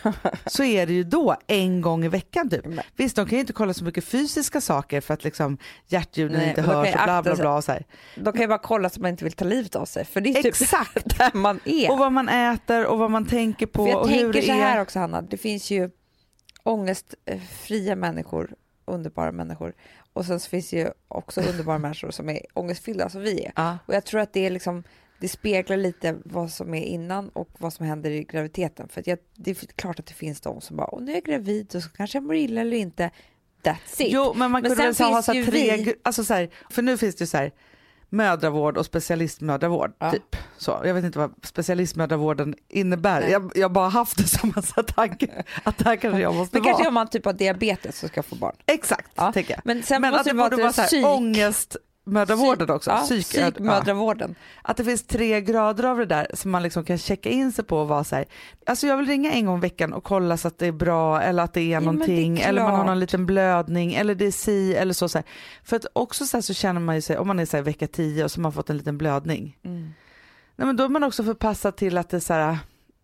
så är det ju då en gång i veckan typ.
Nej.
Visst, de kan ju inte kolla så mycket fysiska saker för att liksom hjärtljuden
Nej,
inte
men de
hörs
kan
och
ju
bla bla
akta
bla och så här.
De kan ju bara kolla så man inte vill ta livet av sig. För det är typ
Exakt.
där man är.
Och vad man äter och vad man tänker på
För jag
och hur
tänker
det
så här
är.
också, Hanna. Det finns ju ångestfria människor, underbara människor. Och sen så finns det ju också underbara människor som är ångestfyllda som vi är.
Ja.
Och jag tror att det är liksom, det speglar lite vad som är innan och vad som händer i graviditeten. För att jag, det är klart att det finns de som bara, nu är jag gravid och så kanske jag mår illa eller inte. That's it.
Jo, men man
Men
kunde väl
sen
så ha
finns
så här
ju
tre,
vi-
alltså så här, för nu finns det ju så här mödravård och specialistmödravård
Ja.
typ. Så, jag vet inte vad specialistmödravården innebär.
Nej.
Jag, jag bara haft det som en sån tanke att det här kanske jag måste
Men
vara.
kanske om man typ har diabetes så ska få barn.
Exakt,
Ja.
tänker jag.
Men sen
Men
måste
att det
det vara
borde vara så här,
psyk.
ångestmödravården också.
Ja,
Psyk-
psykmödravården.
Att det finns tre grader av det där som man liksom kan checka in sig på och vara så här, alltså jag vill ringa en gång i veckan och kolla så att det är bra eller att det är
men det är
någonting eller man har
klart.
någon liten blödning eller det är si eller så, så här. För att också så, här, så känner man ju sig, om man är så här vecka tio och så har man fått en liten blödning.
Mm.
Nej, men då är man också förpassad till att det är så här,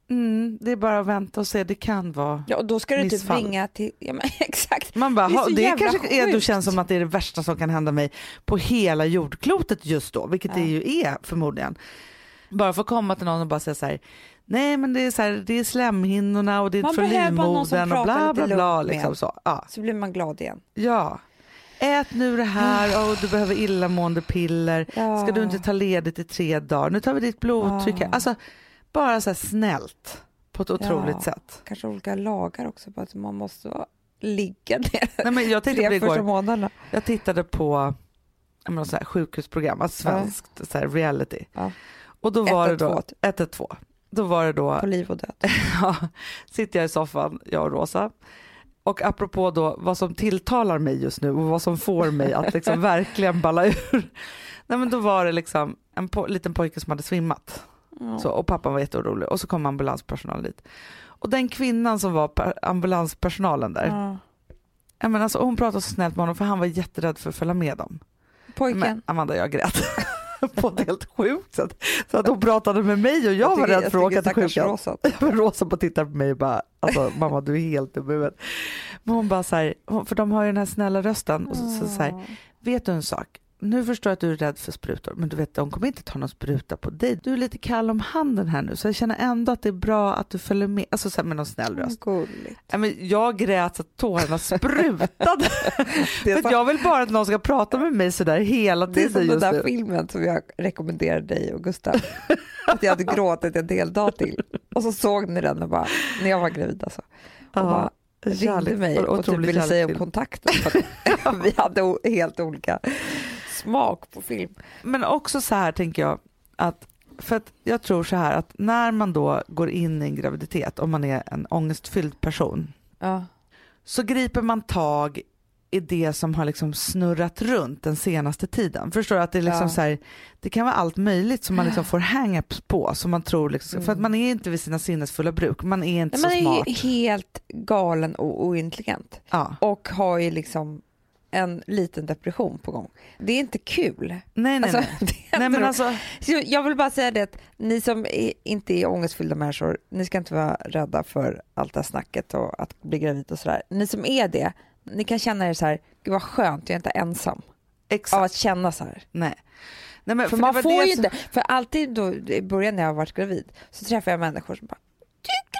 mm, det är bara att vänta och se, det kan vara.
Ja, och då ska du typ
Missfall.
ringa till, ja men exakt.
Man bara,
Det är
ha,
så
det,
jävla
kanske är, då
sjukt.
känns som att det är det värsta som kan hända mig på hela jordklotet just då, vilket
Ja.
det ju är förmodligen. Bara för att komma till någon och bara säga så här, nej men det är så här, det är slemhinnorna och det är
Man
från
behöver bara någon som
livmodern och bla
pratar
bla
lite
bla
lugnt med
liksom
en.
så. Ja.
Så blir man glad igen.
ja. Ät nu det här och du behöver illamående piller.
Ja.
Ska du inte ta ledigt i tre dagar? Nu tar vi ditt blodtryck.
Ja.
Alltså bara så här snällt på ett otroligt
Ja.
sätt.
Kanske olika lagar också på att man måste vara, ligga ner
Nej, men jag tänkte på det
tre första
igår.
månaderna.
Jag tittade på jag menar, så här, sjukhusprogram, alltså svenskt så här, reality.
Ja.
Och då var det
ett ett
då
två.
ett ett två. Då var det då
På liv och död.
ja, sitter jag i soffan, jag och Rosa. Och apropå då vad som tilltalar mig just nu och vad som får mig att liksom verkligen balla ur. Nej, men då var det liksom en po- liten pojke som hade svimmat.
Ja.
Så, och pappan var jätteorolig och så kom ambulanspersonalen dit. Och den kvinnan som var per- ambulanspersonalen där,
Ja.
jag menar, alltså, hon pratade så snällt med honom för han var jätterädd för att följa med dem.
Pojken.
Men Amanda, jag grät på ett helt sjukt sätt. Så att hon pratade med mig och jag, var rädd för att åka till sjukan.
Rosa.
Rosa på tittar på mig och bara, alltså mamma du är helt dum i huvudet. Men hon bara så här, hon- för de har ju den här snälla rösten och så, så, så här, vet du en sak? nu förstår jag att du är rädd för sprutor, men du vet, de kommer inte ta någon spruta på dig. Du är lite kall om handen här nu, så jag känner ändå att det är bra att du följer med. Alltså så här med någon snäll röst. Ja, men jag grät så att tårarna sprutade. för att jag vill bara att någon ska prata med mig så där hela tiden.
Det är som
just
den där
nu.
filmen som jag rekommenderade dig och Gustav. Att jag hade gråtit en hel dag till. Och så såg ni den och bara, när jag var gravid alltså. Och
Ja,
bara ringde mig och, och typ ville säga upp kontakten. För att vi hade o- helt olika smak på film.
Men också så här tänker jag att, för att jag tror så här att när man då går in i en graviditet, om man är en ångestfylld person,
Ja.
så griper man tag i det som har liksom snurrat runt den senaste tiden. Förstår du att det är liksom
Ja.
så här, det kan vara allt möjligt som man liksom får hang-ups på, som man tror liksom,
Mm.
för att man är inte vid sina sinnesfulla bruk, man är inte
Nej,
så
man är
smart.
ju helt galen och ointelligent.
Ja.
Och har ju liksom en liten depression på gång. Det är inte kul.
Nej, nej,
Alltså,
nej.
det är
nej men
inte
alltså,
Så jag vill bara säga det att ni som är, inte är ångestfyllda människor, ni ska inte vara rädda för allt det här snacket och att bli gravid och sådär. Ni som är det, ni kan känna er så här, gud vad skönt, jag är inte ensam
exakt.
av att känna så här.
Nej. Nej, men
För,
det
man
var
får
det
ju
som-
inte, för alltid då, i början när jag har varit gravid så träffar jag människor som bara, du är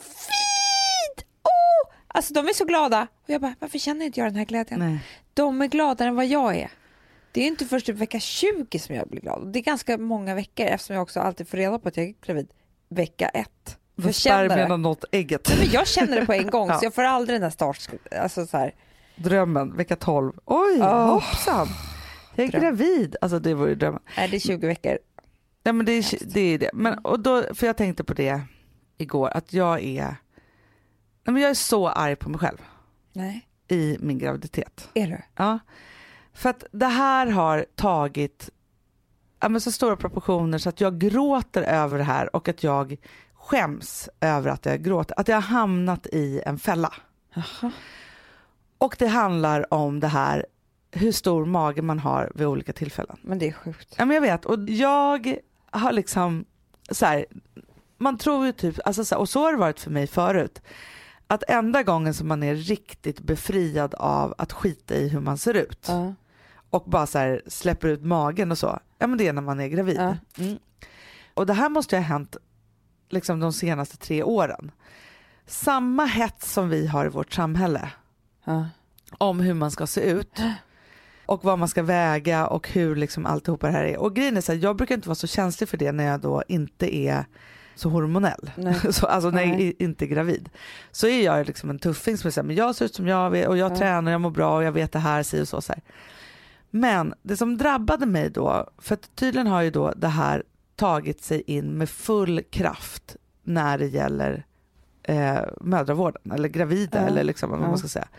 gravid! Åh! Alltså de är så glada. Och jag bara, varför känner inte jag den här glädjen?
Nej.
De är gladare än vad jag är. Det är ju inte först typ vecka tjugo som jag blir glad. Det är ganska många veckor eftersom jag också alltid får reda på att jag är gravid vecka ett. För
Då
jag känner
spermien
det.
har nått ägget.
Nej, men jag känner det på en gång
Ja.
så jag får aldrig den där start. Alltså så här.
Drömmen, vecka tolv. Oj,
Oh.
hoppsan. Jag är
Dröm.
gravid. Alltså det var ju drömmen.
Nej, det är tjugo veckor.
Ja, men det är det. Är det. Men, och då, för jag tänkte på det igår, att jag är, nej, men jag är så arg på mig själv
Nej,
i min graviditet.
är du?
Ja. För att det här har tagit, ja, men så stora proportioner så att jag gråter över det här och att jag skäms över att jag gråter. Att jag har hamnat i en fälla.
Jaha.
Och det handlar om det här hur stor mage man har vid olika tillfällen.
Men det är sjukt.
Ja, men jag vet, och jag har liksom så här, man tror ju typ, alltså så här, och så har det varit för mig förut, att enda gången som man är riktigt befriad av att skita i hur man ser ut
Ja.
och bara så här släpper ut magen och så, ja men det är när man är gravid.
Ja.
Mm. Och det här måste ju ha hänt liksom de senaste tre åren. Samma hets som vi har i vårt samhälle
Ja.
om hur man ska se ut och vad man ska väga och hur liksom alltihopa det här är. Och grejen är så här, jag brukar inte vara så känslig för det när jag då inte är så hormonell.
Nej.
så, alltså när jag
Nej.
är inte är gravid. Så är jag liksom en tuffing som säger, men jag ser ut som jag vill och jag
Ja.
tränar, jag mår bra och jag vet det här, si och så, så här. Men det som drabbade mig då, för att tydligen har ju då det här tagit sig in med full kraft när det gäller eh, mödravården eller gravida
Ja.
eller liksom vad
Ja.
man ska säga.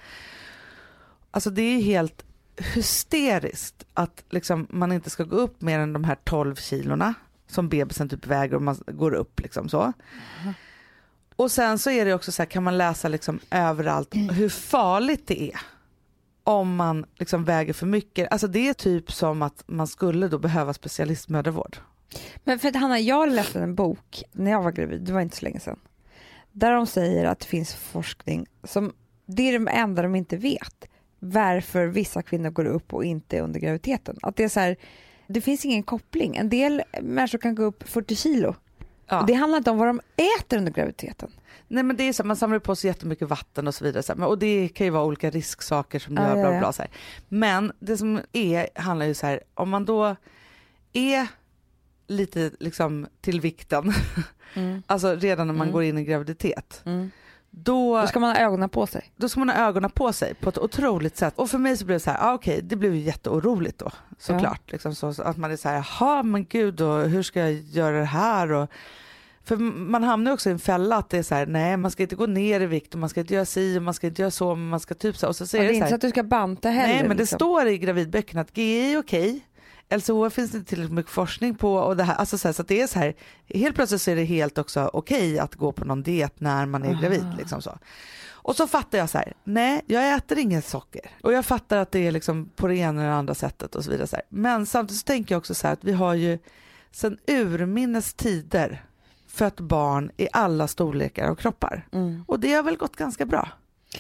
Alltså det är helt hysteriskt att liksom man inte ska gå upp mer än de här tolv kilorna som bebisen typ väger och man går upp liksom så.
Mm.
Och sen så är det också så här, kan man läsa liksom överallt hur farligt det är om man liksom väger för mycket. Alltså det är typ som att man skulle då behöva specialistmödravård.
Men för att Hanna, jag läste en bok när jag var gravid, det var inte så länge sedan. Där de säger att det finns forskning som, det är det enda de inte vet. Varför vissa kvinnor går upp och inte under graviditeten. Att det är så här, det finns ingen koppling. En del människor kan gå upp fyrtio kilo.
Ja.
Och det handlar inte om vad de äter under graviditeten.
Nej, men det är så, man samlar på sig jättemycket vatten och så vidare. Så här. Och det kan ju vara olika risksaker som
Ja,
gör
ja,
bla
ja.
bla så här. Men det som är, handlar ju så här, om man då är lite liksom till vikten,
Mm.
alltså redan när man
Mm.
går in i graviditet,
Mm.
då,
Då ska man ha ögonen på sig.
då ska man ha ögonen på sig på ett otroligt sätt. Och för mig så blev det så här, ah, okej, okay, det blev ju jätteoroligt då, såklart. Ja. Liksom så, så att man är så här, jaha men gud, och hur ska jag göra det här? Och, för man hamnar också i en fälla att det är så här, nej man ska inte gå ner i vikt och man ska inte göra si och man ska inte göra så, men man ska typ så. Och så säger
Och det är
det så
inte
här,
så att du ska banta heller.
nej men det
liksom.
står i gravidböckerna att G I är okej. L C H F finns det inte tillräckligt mycket forskning på och det här, alltså så, här, så att det är så här, helt plötsligt så är det helt också okej att gå på någon diet när man är
Aha.
gravid liksom så. Och så fattar jag så här, nej jag äter inget socker och jag fattar att det är liksom på det ena eller andra sättet och så vidare så här. Men samtidigt så tänker jag också så här att vi har ju sedan urminnes tider fött barn i alla storlekar och kroppar
Mm.
och det har väl gått ganska bra.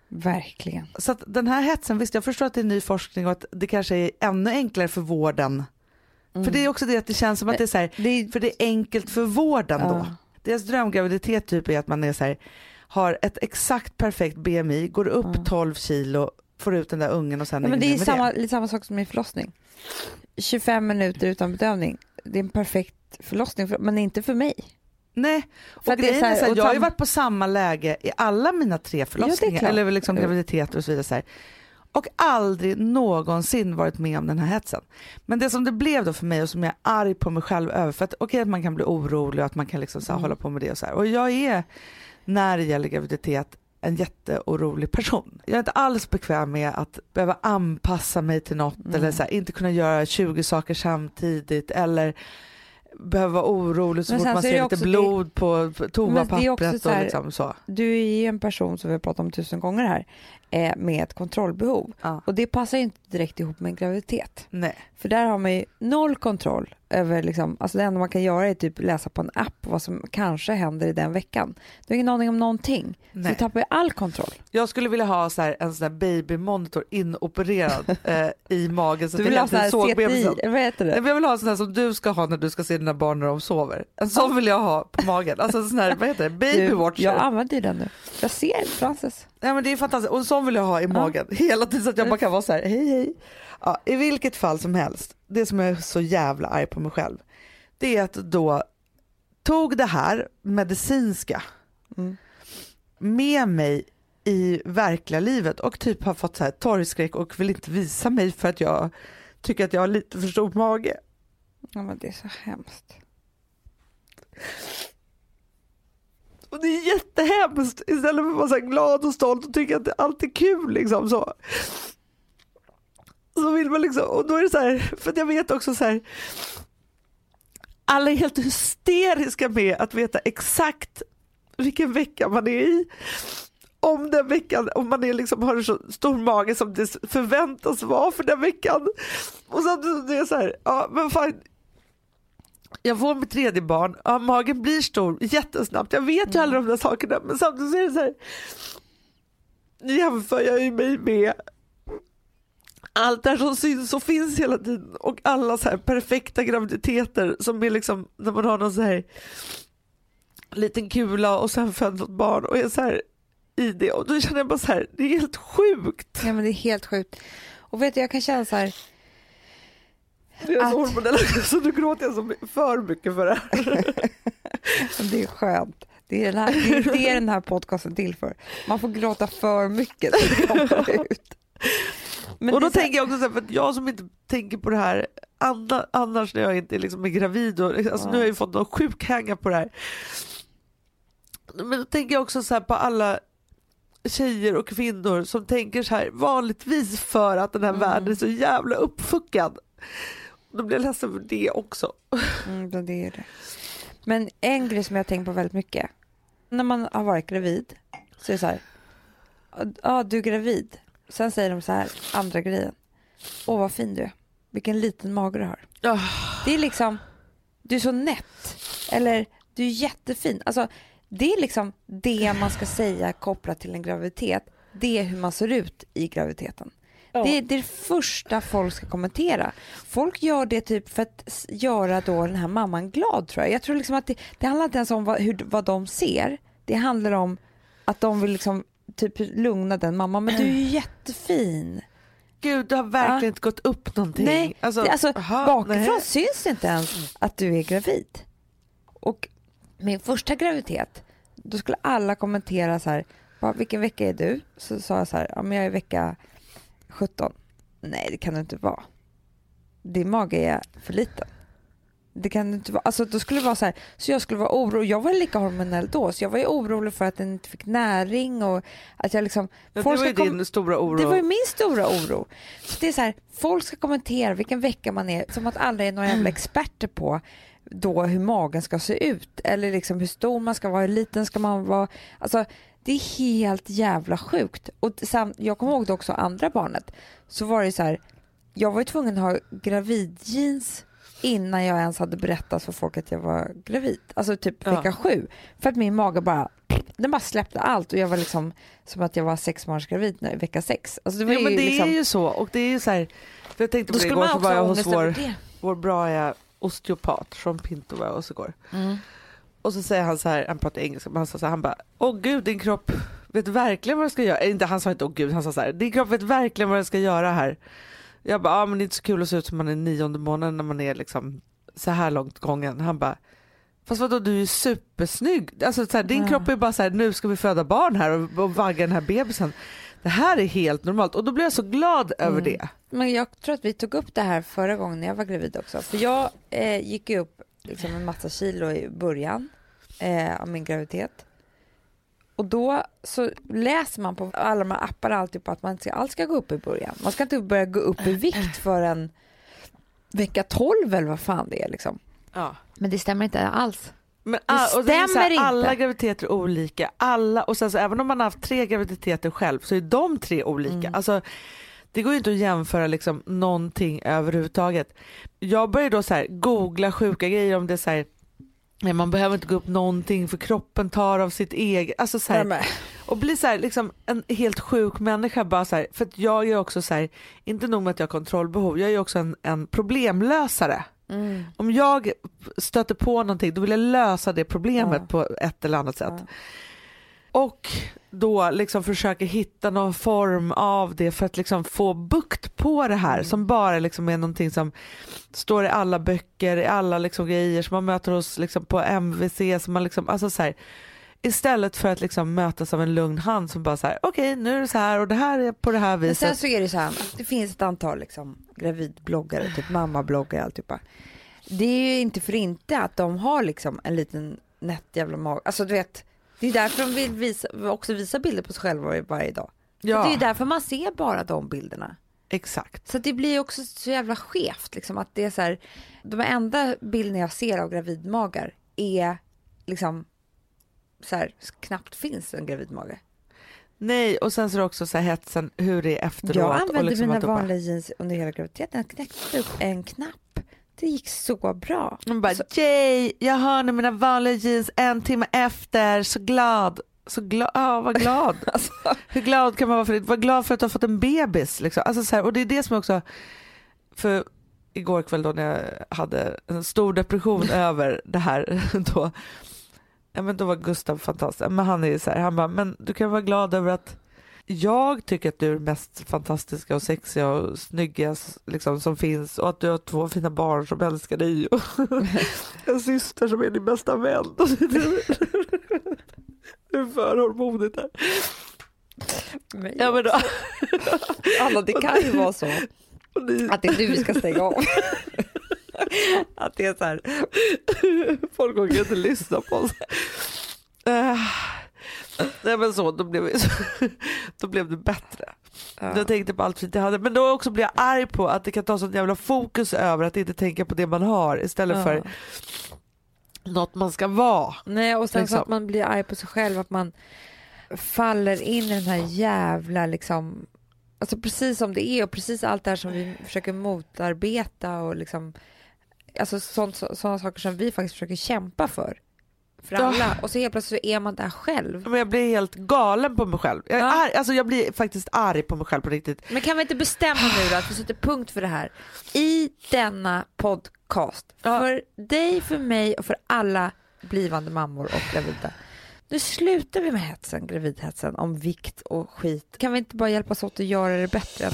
Verkligen.
Så att den här hetsen, visst jag förstår att det är ny forskning och att det kanske är ännu enklare för vården. Mm. För det är också det att det känns som att det är så här, det, för det är enkelt för vården då. Uh. Deras drömgraviditet typ är att man är så här, har ett exakt perfekt B M I, går upp uh. tolv kilo, får ut den där ungen och sen
ja, men det är samma,
det.
lite samma sak som i förlossning. tjugofem minuter utan bedövning. Det är en perfekt förlossning, för, men inte för mig.
Nej, och för grejen är så här, jag har ju varit på samma läge i alla mina tre förlossningar, ja, eller liksom graviditeter och så vidare så här, och aldrig någonsin varit med om den här hetsen. Men det som det blev då för mig och som jag är arg på mig själv över, för att okej okay, att man kan bli orolig och att man kan liksom så här, mm. hålla på med det och så här. Och jag är när det gäller graviditet en jätteorolig person. Jag är inte alls bekväm med att behöva anpassa mig till något mm. eller så här, inte kunna göra tjugo saker samtidigt eller behöva vara orolig så fort man ser lite blod det, på toapappret och liksom så.
Du är ju en person som vi har pratat om tusen gånger här eh, med ett kontrollbehov. Ja. Och det passar ju inte direkt ihop med en graviditet.
Nej.
För där har man ju noll kontroll över liksom, alltså det enda man kan göra är typ läsa på en app vad som kanske händer i den veckan. Du har ingen aning om någonting. Nej. Så du tappar ju all kontroll.
Jag skulle vilja ha så här, en sån där babymonitor inopererad eh, i magen så
du
att
vill
jag
ha sån här C T I, vad heter det?
Jag vill ha en sån här som du ska ha när du ska se dina barn när de sover. En sån vill jag ha på magen. Alltså en sån här, vad heter det? Babywatcher.
Jag använder ju den nu. Jag ser Frances.
Ja men det är fantastiskt. Och en sån vill jag ha i magen. Ja. Hela tiden så att jag bara kan vara så här, hej hej. Ja, i vilket fall som helst. Det som är så jävla arg på mig själv. Det är att då tog det här medicinska mm. med mig i verkliga livet och typ har fått så här torgskräck och vill inte visa mig för att jag tycker att jag har lite för stor mage.
Ja men det är så hemskt.
Och det är jättehemskt istället för att vara så här glad och stolt och tycka att allt är kul liksom så. Så vill man liksom, och då är det så här, för jag vet också så här, alla är helt hysteriska med att veta exakt vilken vecka man är i. Om den veckan, om man är liksom, har en så stor mage som det förväntas vara för den veckan. Och så det är så här, ja men fan, jag får mitt tredje barn, ja, magen blir stor jättesnabbt. Jag vet ju alla de där sakerna, men samtidigt så är det så här, jämför jag ju mig med allt där som syns och finns hela tiden och alla så här perfekta graviditeter som är liksom när man har någon så här liten kula och sen föds ett barn och är så här i det och då känner jag bara så här, det är helt sjukt.
Ja men det är helt sjukt. Och vet du, jag kan känna så här
det är så hormonell så du gråter jag så för mycket för det här.
Det är skönt. Det är, den här, det är det den här podcasten till för. Man får gråta för mycket så det kommer ut. Men
och då
så...
tänker jag också så här, för att jag som inte tänker på det här annars när jag inte liksom är gravid och, alltså ja. Nu har jag ju fått någon sjuk hänga på det här. Men då tänker jag också så här på alla tjejer och kvinnor som tänker så här vanligtvis för att den här mm. världen är så jävla uppfuckad. Då blir jag ledsen för det också.
Mm, det är det. Men en grej som jag tänker på väldigt mycket. När man har varit gravid så är det så här, ja du är gravid. Sen säger de så här, andra grejen. Åh vad fin du är. Vilken liten mage du har. Oh. Det är liksom, du är så nätt. Eller, du är jättefin. Alltså, det är liksom det man ska säga kopplat till en graviditet. Det är hur man ser ut i graviditeten. Oh. Det är det första folk ska kommentera. Folk gör det typ för att göra då den här mamman glad tror jag. Jag tror liksom att det, det handlar inte ens om vad, hur, vad de ser. Det handlar om att de vill liksom typ lugna den mamma, men du är ju jättefin.
Gud, du har verkligen ja. inte gått upp någonting.
Nej, alltså, det, alltså aha, bakifrån nej. syns det inte ens att du är gravid. Och min första graviditet, då skulle alla kommentera så här, vilken vecka är du? Så sa jag så här, ja men jag är vecka sjutton. Nej, det kan du inte vara. Din mage är för liten. Det kan inte vara, alltså då skulle det vara så här, så jag skulle vara orolig, jag var lika hormonell då, så jag var ju orolig för att den inte fick näring och att jag liksom
ja, det var ju kom, din stora oro.
Det var ju min stora oro. Så det är så här, folk ska kommentera vilken vecka man är, som att alla är några jävla experter på då hur magen ska se ut eller liksom hur stor man ska vara, hur liten ska man vara. Alltså det är helt jävla sjukt. Och samt, jag kommer ihåg det också andra barnet, så var det så här, jag var ju tvungen att ha gravidjeans innan jag ens hade berättat för folk att jag var gravid. Alltså typ vecka ja. sju. För att min mage bara den bara släppte allt och jag var liksom som att jag var sex månaders gravid nu, vecka sex. Alltså det var
ja,
ju
men det
liksom...
är ju så. Och det är ju så här, för jag tänkte på det igår så var jag hos vår, vår bra osteopat från Pinto var hos igår. Mm. Och så säger han så här, han pratar engelska, men han sa så här, han bara, åh gud, din kropp vet verkligen vad den ska göra. Inte, han sa inte åh gud, han sa så här, din kropp vet verkligen vad den ska göra här. Jag bara, ja men det är inte så kul att se ut som man är nionde månaden när man är liksom så här långt gången. Han bara, fast vadå, du är supersnygg. Alltså så här, din mm. kropp är bara så här, nu ska vi föda barn här och, och vagga den här bebisen. Det här är helt normalt. Och då blev jag så glad mm. över det.
Men jag tror att vi tog upp det här förra gången när jag var gravid också. För jag eh, gick ju upp liksom en massa kilo i början eh, av min graviditet. Och då så läser man på alla de här apparna alltid på att man inte alls ska gå upp i början. Man ska inte börja gå upp i vikt för en vecka tolv eller vad fan det är liksom. Ja. Men det stämmer inte alls.
Men all, och det stämmer så här, inte. Alla graviditeter är olika. Alla, och sen så även om man har haft tre graviditeter själv så är de tre olika. Mm. Alltså det går ju inte att jämföra liksom någonting överhuvudtaget. Jag började då så här googla sjuka grejer om det så här, man behöver inte gå upp någonting för kroppen tar av sitt eget, alltså så här, och bli så här liksom en helt sjuk människa bara så här, för att jag är också så här, inte nog med att jag har kontrollbehov, jag är också en, en problemlösare. Mm. Om jag stöter på någonting då vill jag lösa det problemet ja. På ett eller annat sätt. Ja. Och då liksom försöka hitta någon form av det för att liksom få bukt på det här mm. som bara liksom är någonting som står i alla böcker, i alla liksom grejer som man möter hos liksom på M V C som man liksom, alltså så här, istället för att liksom mötas av en lugn hand som bara så här, okej okay, nu är det så här och det här är på det här viset.
Men sen så är det så här, det finns ett antal liksom gravidbloggare, typ mammabloggare alltihopa. Det är ju inte för inte att de har liksom en liten nätt jävla mag. Alltså du vet, det är därför de vill visa, också visa bilder på sig själva varje dag. Ja. Det är därför man ser bara de bilderna.
Exakt.
Så det blir också så jävla skevt liksom, att det är så här, de enda bilderna jag ser av gravidmagar är liksom så här, knappt finns en gravidmage.
Nej, och sen så är det också så här hetsen hur det är efteråt.
Jag använde
och liksom
mina vanliga jeans under hela graviditeten. Jag knäckte upp en knapp. Det gick så bra.
Man bara,
så...
Jay, jag har nu mina vanliga jeans en timme efter. Så glad. Så glad. Ja, vad glad. Alltså, hur glad kan man vara för det? Var glad för att du har fått en bebis. Liksom. Alltså, så här, och det är det som också... För igår kväll då när jag hade en stor depression över det här då... Ja, men då var Gustav fantastisk. Men han är ju så här, han bara, men du kan vara glad över att jag tycker att du är mest fantastiska och sexiga och snygga liksom, som finns, och att du har två fina barn som älskar dig och en syster som är din bästa vän. Det är för hormonigt här.
Men ja, men då. Alla, det kan ju vara så att det är du vi ska stänga av. Att det är så här.
Folk kan inte lyssna på oss. Uh, nej men så, då blev, det, då blev det bättre. Ja. Jag tänkte på allt fint jag hade. Men då också blir jag arg på att det kan ta sån jävla fokus över att inte tänka på det man har istället ja. för något man ska vara.
Nej, och sen
liksom.
Så att man blir arg på sig själv, att man faller in i den här jävla liksom, alltså precis som det är och precis allt det här som vi försöker motarbeta och liksom, alltså sånt, så, sådana saker som vi faktiskt försöker kämpa för för alla, oh. och så helt plötsligt så är man där själv.
Men jag blir helt galen på mig själv. Jag, är ja. arg, alltså jag blir faktiskt arg på mig själv på riktigt.
Men kan vi inte bestämma nu då att vi sätter punkt för det här i denna podcast? Ja. För dig, för mig och för alla blivande mammor och gravida. Nu slutar vi med hetsen, gravidhetsen om vikt och skit. Kan vi inte bara hjälpas åt att göra det bättre?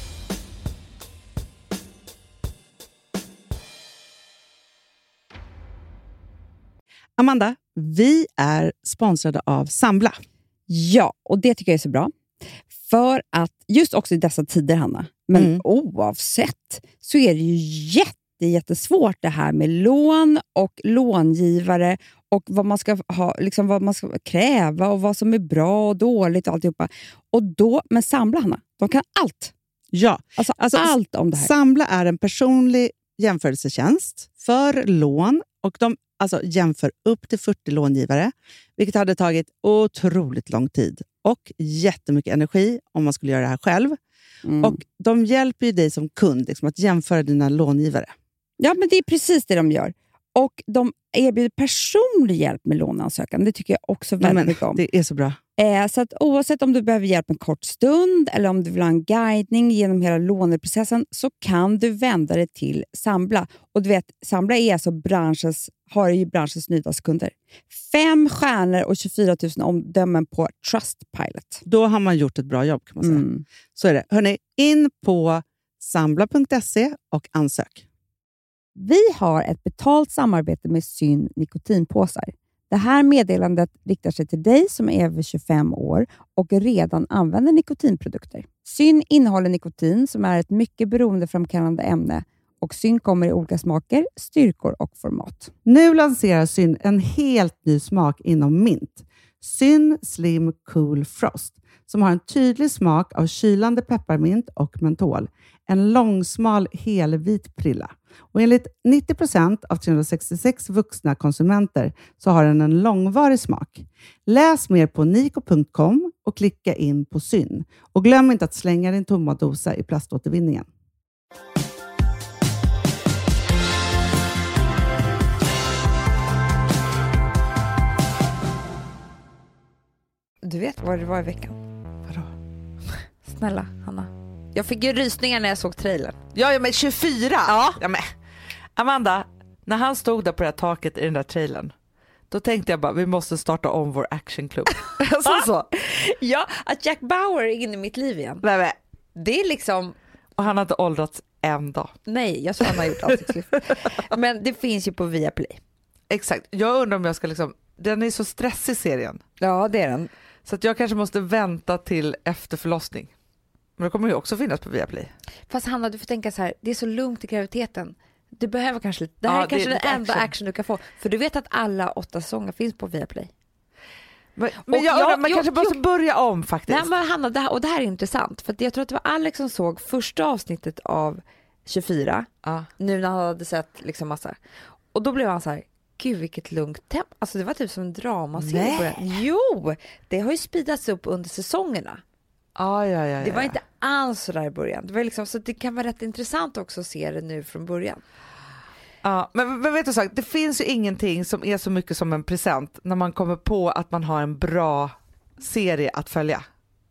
Amanda, vi är sponsrade av Sambla.
Ja, och det tycker jag är så bra. För att just också i dessa tider, Hanna, men mm. oavsett så är det ju jätte, jättesvårt det här med lån och långivare och vad man ska ha, liksom vad man ska kräva och vad som är bra och dåligt och alltihopa. Och då, men Sambla, Hanna, de kan allt.
Ja,
alltså, alltså allt om det här.
Sambla är en personlig jämförelsetjänst för lån och de alltså jämför upp till fyrtio långivare, vilket hade tagit otroligt lång tid och jättemycket energi om man skulle göra det här själv. Mm. Och de hjälper ju dig som kund liksom, att jämföra dina långivare.
Ja, men det är precis det de gör. Och de erbjuder personlig hjälp med låneansökan. Det tycker jag också väldigt
Nej, men,
mycket om.
Det är så bra.
Eh, så att oavsett om du behöver hjälp en kort stund eller om du vill ha en guidning genom hela låneprocessen så kan du vända dig till Sambla. Och du vet, Sambla är alltså branschens, har ju branschens nyaste kunder. Fem stjärnor och tjugofyra tusen omdömen på Trustpilot.
Då har man gjort ett bra jobb kan man säga.
Mm.
Så är det. Hörrni, in på sambla punkt se och ansök.
Vi har ett betalt samarbete med Syn nikotinpåsar. Det här meddelandet riktar sig till dig som är över tjugofem år och redan använder nikotinprodukter. Syn innehåller nikotin som är ett mycket beroendeframkallande ämne och Syn kommer i olika smaker, styrkor och format.
Nu lanserar Syn en helt ny smak inom mint. Syn Slim Cool Frost som har en tydlig smak av kylande pepparmint och mentol. En långsmal helvit prilla. Och enligt nittio procent av trehundrasextiosex vuxna konsumenter så har den en långvarig smak. Läs mer på niko punkt com och klicka in på Syn. Och glöm inte att slänga din tomma dosa i plaståtervinningen.
Du vet vad det var i veckan?
Vadå?
Snälla, Hanna. Jag fick ju rysningar när jag såg trailern.
Ja, ja men tjugofyra!
Ja.
Ja men. Amanda, när han stod där på det här taket i den där trailern, då tänkte jag bara, vi måste starta om vår actionklubb. Alltså så.
Ja, att Jack Bauer är inne i mitt liv igen.
Nej, men.
Det är liksom...
Och han har inte åldrats en dag.
Nej, jag tror han har gjort ansiktslyft. Men det finns ju på Viaplay.
Exakt. Jag undrar om jag ska liksom, den är så stressig serien.
Ja, det är den.
Så att jag kanske måste vänta till efter förlossning. Men det kommer ju också finnas på Viaplay.
Fast Hanna, du får tänka så här, det är så lugnt i graviditeten. Du behöver kanske lite, det här
Ja,
är kanske
det är
den
lite
enda
action.
action du kan få. För du vet att alla åtta säsonger finns på Viaplay.
Men, men
Och
jag undrar,
jag-
man
jag-
kanske måste börja om faktiskt.
Nej, men Hanna, det här, och det här är intressant. För att jag tror att det var Alex som såg första avsnittet av tjugofyra.
Ja.
Nu när han hade sett liksom massa. Och då blev han så här, gud vilket lugnt tempo. Alltså det var typ som en dramaserie.
Nej.
i början. Jo, det har ju speedats upp under säsongerna.
Ja, ja, ja, ja.
Det var inte alls så där i början. Det var liksom, så det kan vara rätt intressant också att se det nu från början.
Ja, men, men vet du så, det finns ju ingenting som är så mycket som en present när man kommer på att man har en bra serie att följa.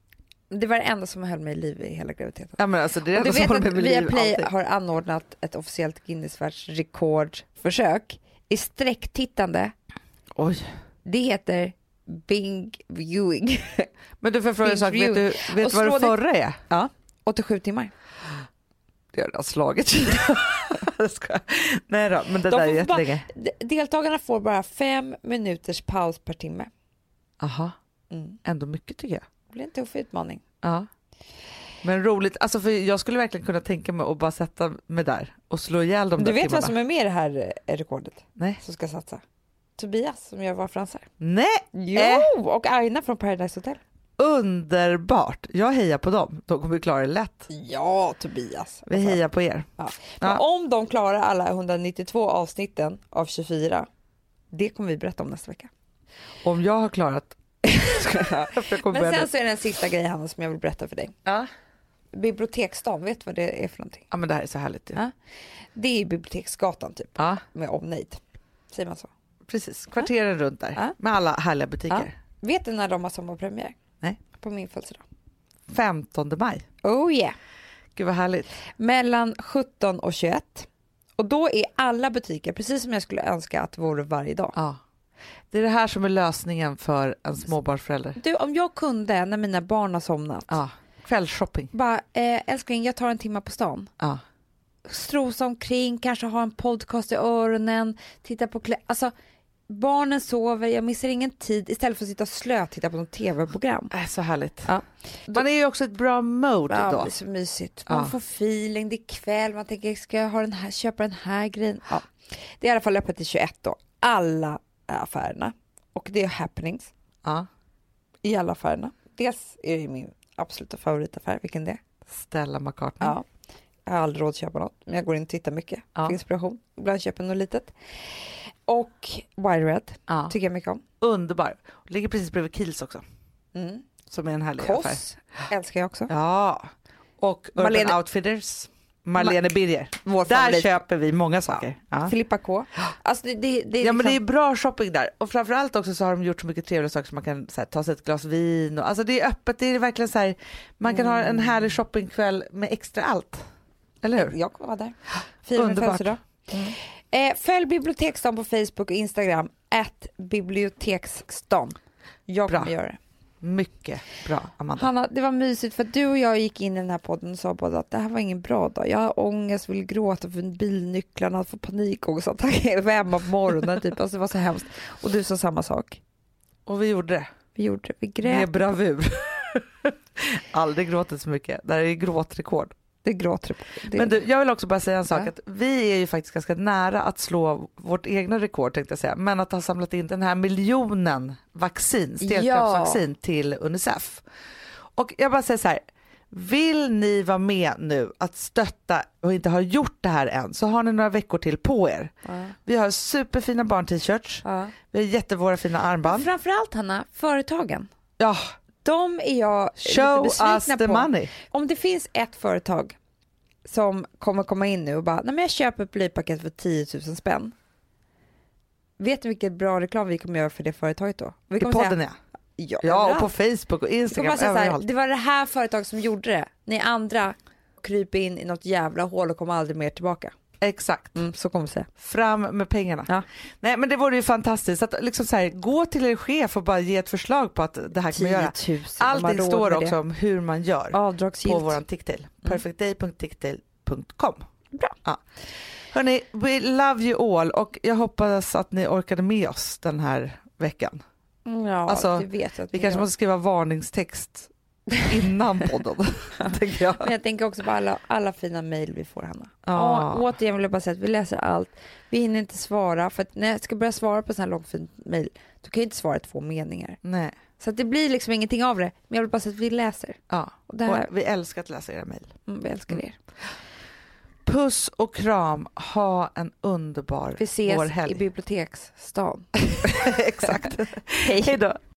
Det var det enda som höll mig i liv i hela graviditeten.
Ja, men alltså, det är
Och
det
du
enda som
vet
håller
att
mig vid liv
Viaplay
alltid.
har anordnat ett officiellt Guinness världsrekordförsök i sträcktittande.
Oj.
Det heter Bing Viewing.
Men du får fråga en sak, vet du, vet
Och
du vad
slå
det
det-
förra är?
Ja, åttiosju timmar.
Det har redan slagit. Jag ska- Nej då, men det
De
där är
får bara-
jättelänge.
De- Deltagarna får bara fem minuters paus per timme.
Aha,
Mm.
ändå mycket tycker jag.
Det blir en tuff utmaning.
Ja. Men roligt, alltså för jag skulle verkligen kunna tänka mig att bara sätta mig där och slå ihjäl de
Du
där
vet
timmarna.
vad som är med i det här eh, rekordet?
Nej.
Som ska satsa? Tobias som gör Var fransar.
Nej,
Jo, och Aina från Paradise Hotel.
underbart. Jag hejar på dem. De kommer klara det lätt.
Ja, Tobias.
Vi hejar på er.
Ja.
Ja.
Men om de klarar alla etthundranittiotvå avsnitten av tjugofyra, det kommer vi berätta om nästa vecka.
Om jag har klarat... jag kommer
Men
börja
sen
nu.
så är det en sista grej, Hanna, som jag vill berätta för dig.
Ja.
Biblioteksdagen, vet du vad det är för någonting?
Ja, men det här är så härligt. Ja,
Ja. Det är Biblioteksgatan typ,
ja
med omnejd. Säger man så?
precis. Kvarteren runt där.
Ja.
Med alla härliga butiker.
Vet du när de har sommarpremiär?
Nej.
På min födelsedag.
femtonde maj.
Oh yeah.
Gud vad härligt.
Mellan sjutton och tjugoett. Och då är alla butiker, precis som jag skulle önska att det vore varje dag.
Ja. Det är det här som är lösningen för en småbarnsförälder.
Du, om jag kunde när mina barn har somnat,
Ja. Kvällsshopping.
bara eh, älskling, jag tar en timme på stan.
Ja.
Strosa omkring, kanske ha en podcast i öronen, titta på klä... Alltså, barnen sover, jag missar ingen tid istället för att sitta och slö titta på något tv-program.
Äh, så härligt.
Ja.
Man är ju också ett bra mode
Ja, det
då.
är så mysigt. Man
Ja.
får feeling, det är kväll, man tänker, ska jag ha den här, köpa den här grejen? Ja. Det är i alla fall öppet till tjugoett då. Alla affärerna. Och det är happenings
Ja.
i alla affärerna. Dels är det min absoluta favoritaffär, vilken det är.
Stella McCartney.
Ja. Jag har aldrig råd att köpa något, men jag går in och tittar mycket
Ja.
för inspiration. Ibland köper jag något litet. Och Wide Red
Ja.
tycker jag mycket om.
Underbar. Ligger precis bredvid Kiehl's också.
Mm.
Som är en härlig affär.
Koss älskar jag också.
Ja. Och Urban
Marlene-
Outfitters. Marlene Birger.
Vår
Där
favorit.
köper vi många saker. Ja.
Filippa K. Alltså det, det, det är
Ja, men det är
liksom-
bra shopping där. Och framförallt också så har de gjort så mycket trevliga saker som man kan så här, ta sig ett glas vin. Och, alltså det är öppet, det är verkligen så här, man kan
Mm.
ha en härlig shoppingkväll med extra allt. Eller hur?
Jag kommer vara där. Fira min
Underbart.
födelsedag.
Mm.
Eh, följ Biblioteksstan på Facebook och Instagram. At Biblioteksstan. Jag kommer
Bra.
göra det.
Mycket bra, Amanda.
Hanna, det var mysigt för att du och jag gick in i den här podden och sa båda att det här var ingen bra dag. Jag har ångest, vill gråta för bilnycklarna, får panikångest att jag är hemma på morgonen. Typ. Alltså, det var så hemskt. Och du sa samma sak.
Och vi gjorde det.
Vi gjorde det. Vi grät.
Med bravur. Aldrig gråtit så mycket. Det här är gråtrekord.
Det gråter. Det...
Men du, jag vill också bara säga en sak.
Ja.
Att vi är ju faktiskt ganska nära att slå vårt egna rekord, tänkte jag säga. Men att ha samlat in den här miljonen vaccin, stelkrampsvaccin till Unicef. Och jag bara säger så här. Vill ni vara med nu att stötta och inte har gjort det här än, så har ni några veckor till på er.
Ja.
Vi har superfina barn-t-shirts.
Ja.
Vi har jättevåra fina armband.
Framförallt, Hanna, företagen.
Ja,
De är jag
show
lite
us
besvikna
the
på.
money.
Om det finns ett företag som kommer komma in nu och bara, nej men jag köper ett blypaket för tio tusen spänn. Vet du vilket bra reklam vi kommer göra för det företaget då? Vi
I
kommer
podden
säga,
ja.
ja,
Ja, och
överallt.
på Facebook och
Så
Instagram,
man säger så här,
överallt.
det var det här företag som gjorde det. Ni andra kryper in i något jävla hål och kommer aldrig mer tillbaka.
Exakt.
Mm, så kommer det säga.
Fram med pengarna.
Ja.
Nej, men det vore ju fantastiskt att liksom så här, gå till er chef och bara ge ett förslag på att det här kommer göra.
tio tusen. de har
Allting
råd
står
med
också
det.
om hur man gör
Avdragsgillt.
på våran ticktail. perfect day punkt ticktail punkt com.
Bra.
Ja. Hörrni, we love you all och jag hoppas att ni orkade med oss den här veckan.
Mm, Ja,
Alltså,
det vet jag. att
Vi
ni
kanske
gör.
måste skriva varningstext innan podden, tänker jag.
Men jag tänker också på alla, alla fina mejl vi får, Hanna.
Ja.
Och återigen vill jag bara säga att vi läser allt. Vi hinner inte svara, för att när jag ska börja svara på sån här långfint mejl, då kan jag inte svara i två meningar.
Nej.
Så att det blir liksom ingenting av det. Men jag vill bara säga att vi läser.
Ja.
Och det här,
Och vi älskar att läsa era mejl.
mm, vi älskar er.
Puss och kram, ha en underbar
Vi ses
vårhelg.
i biblioteksstan.
Exakt.
Hej.
Hej då.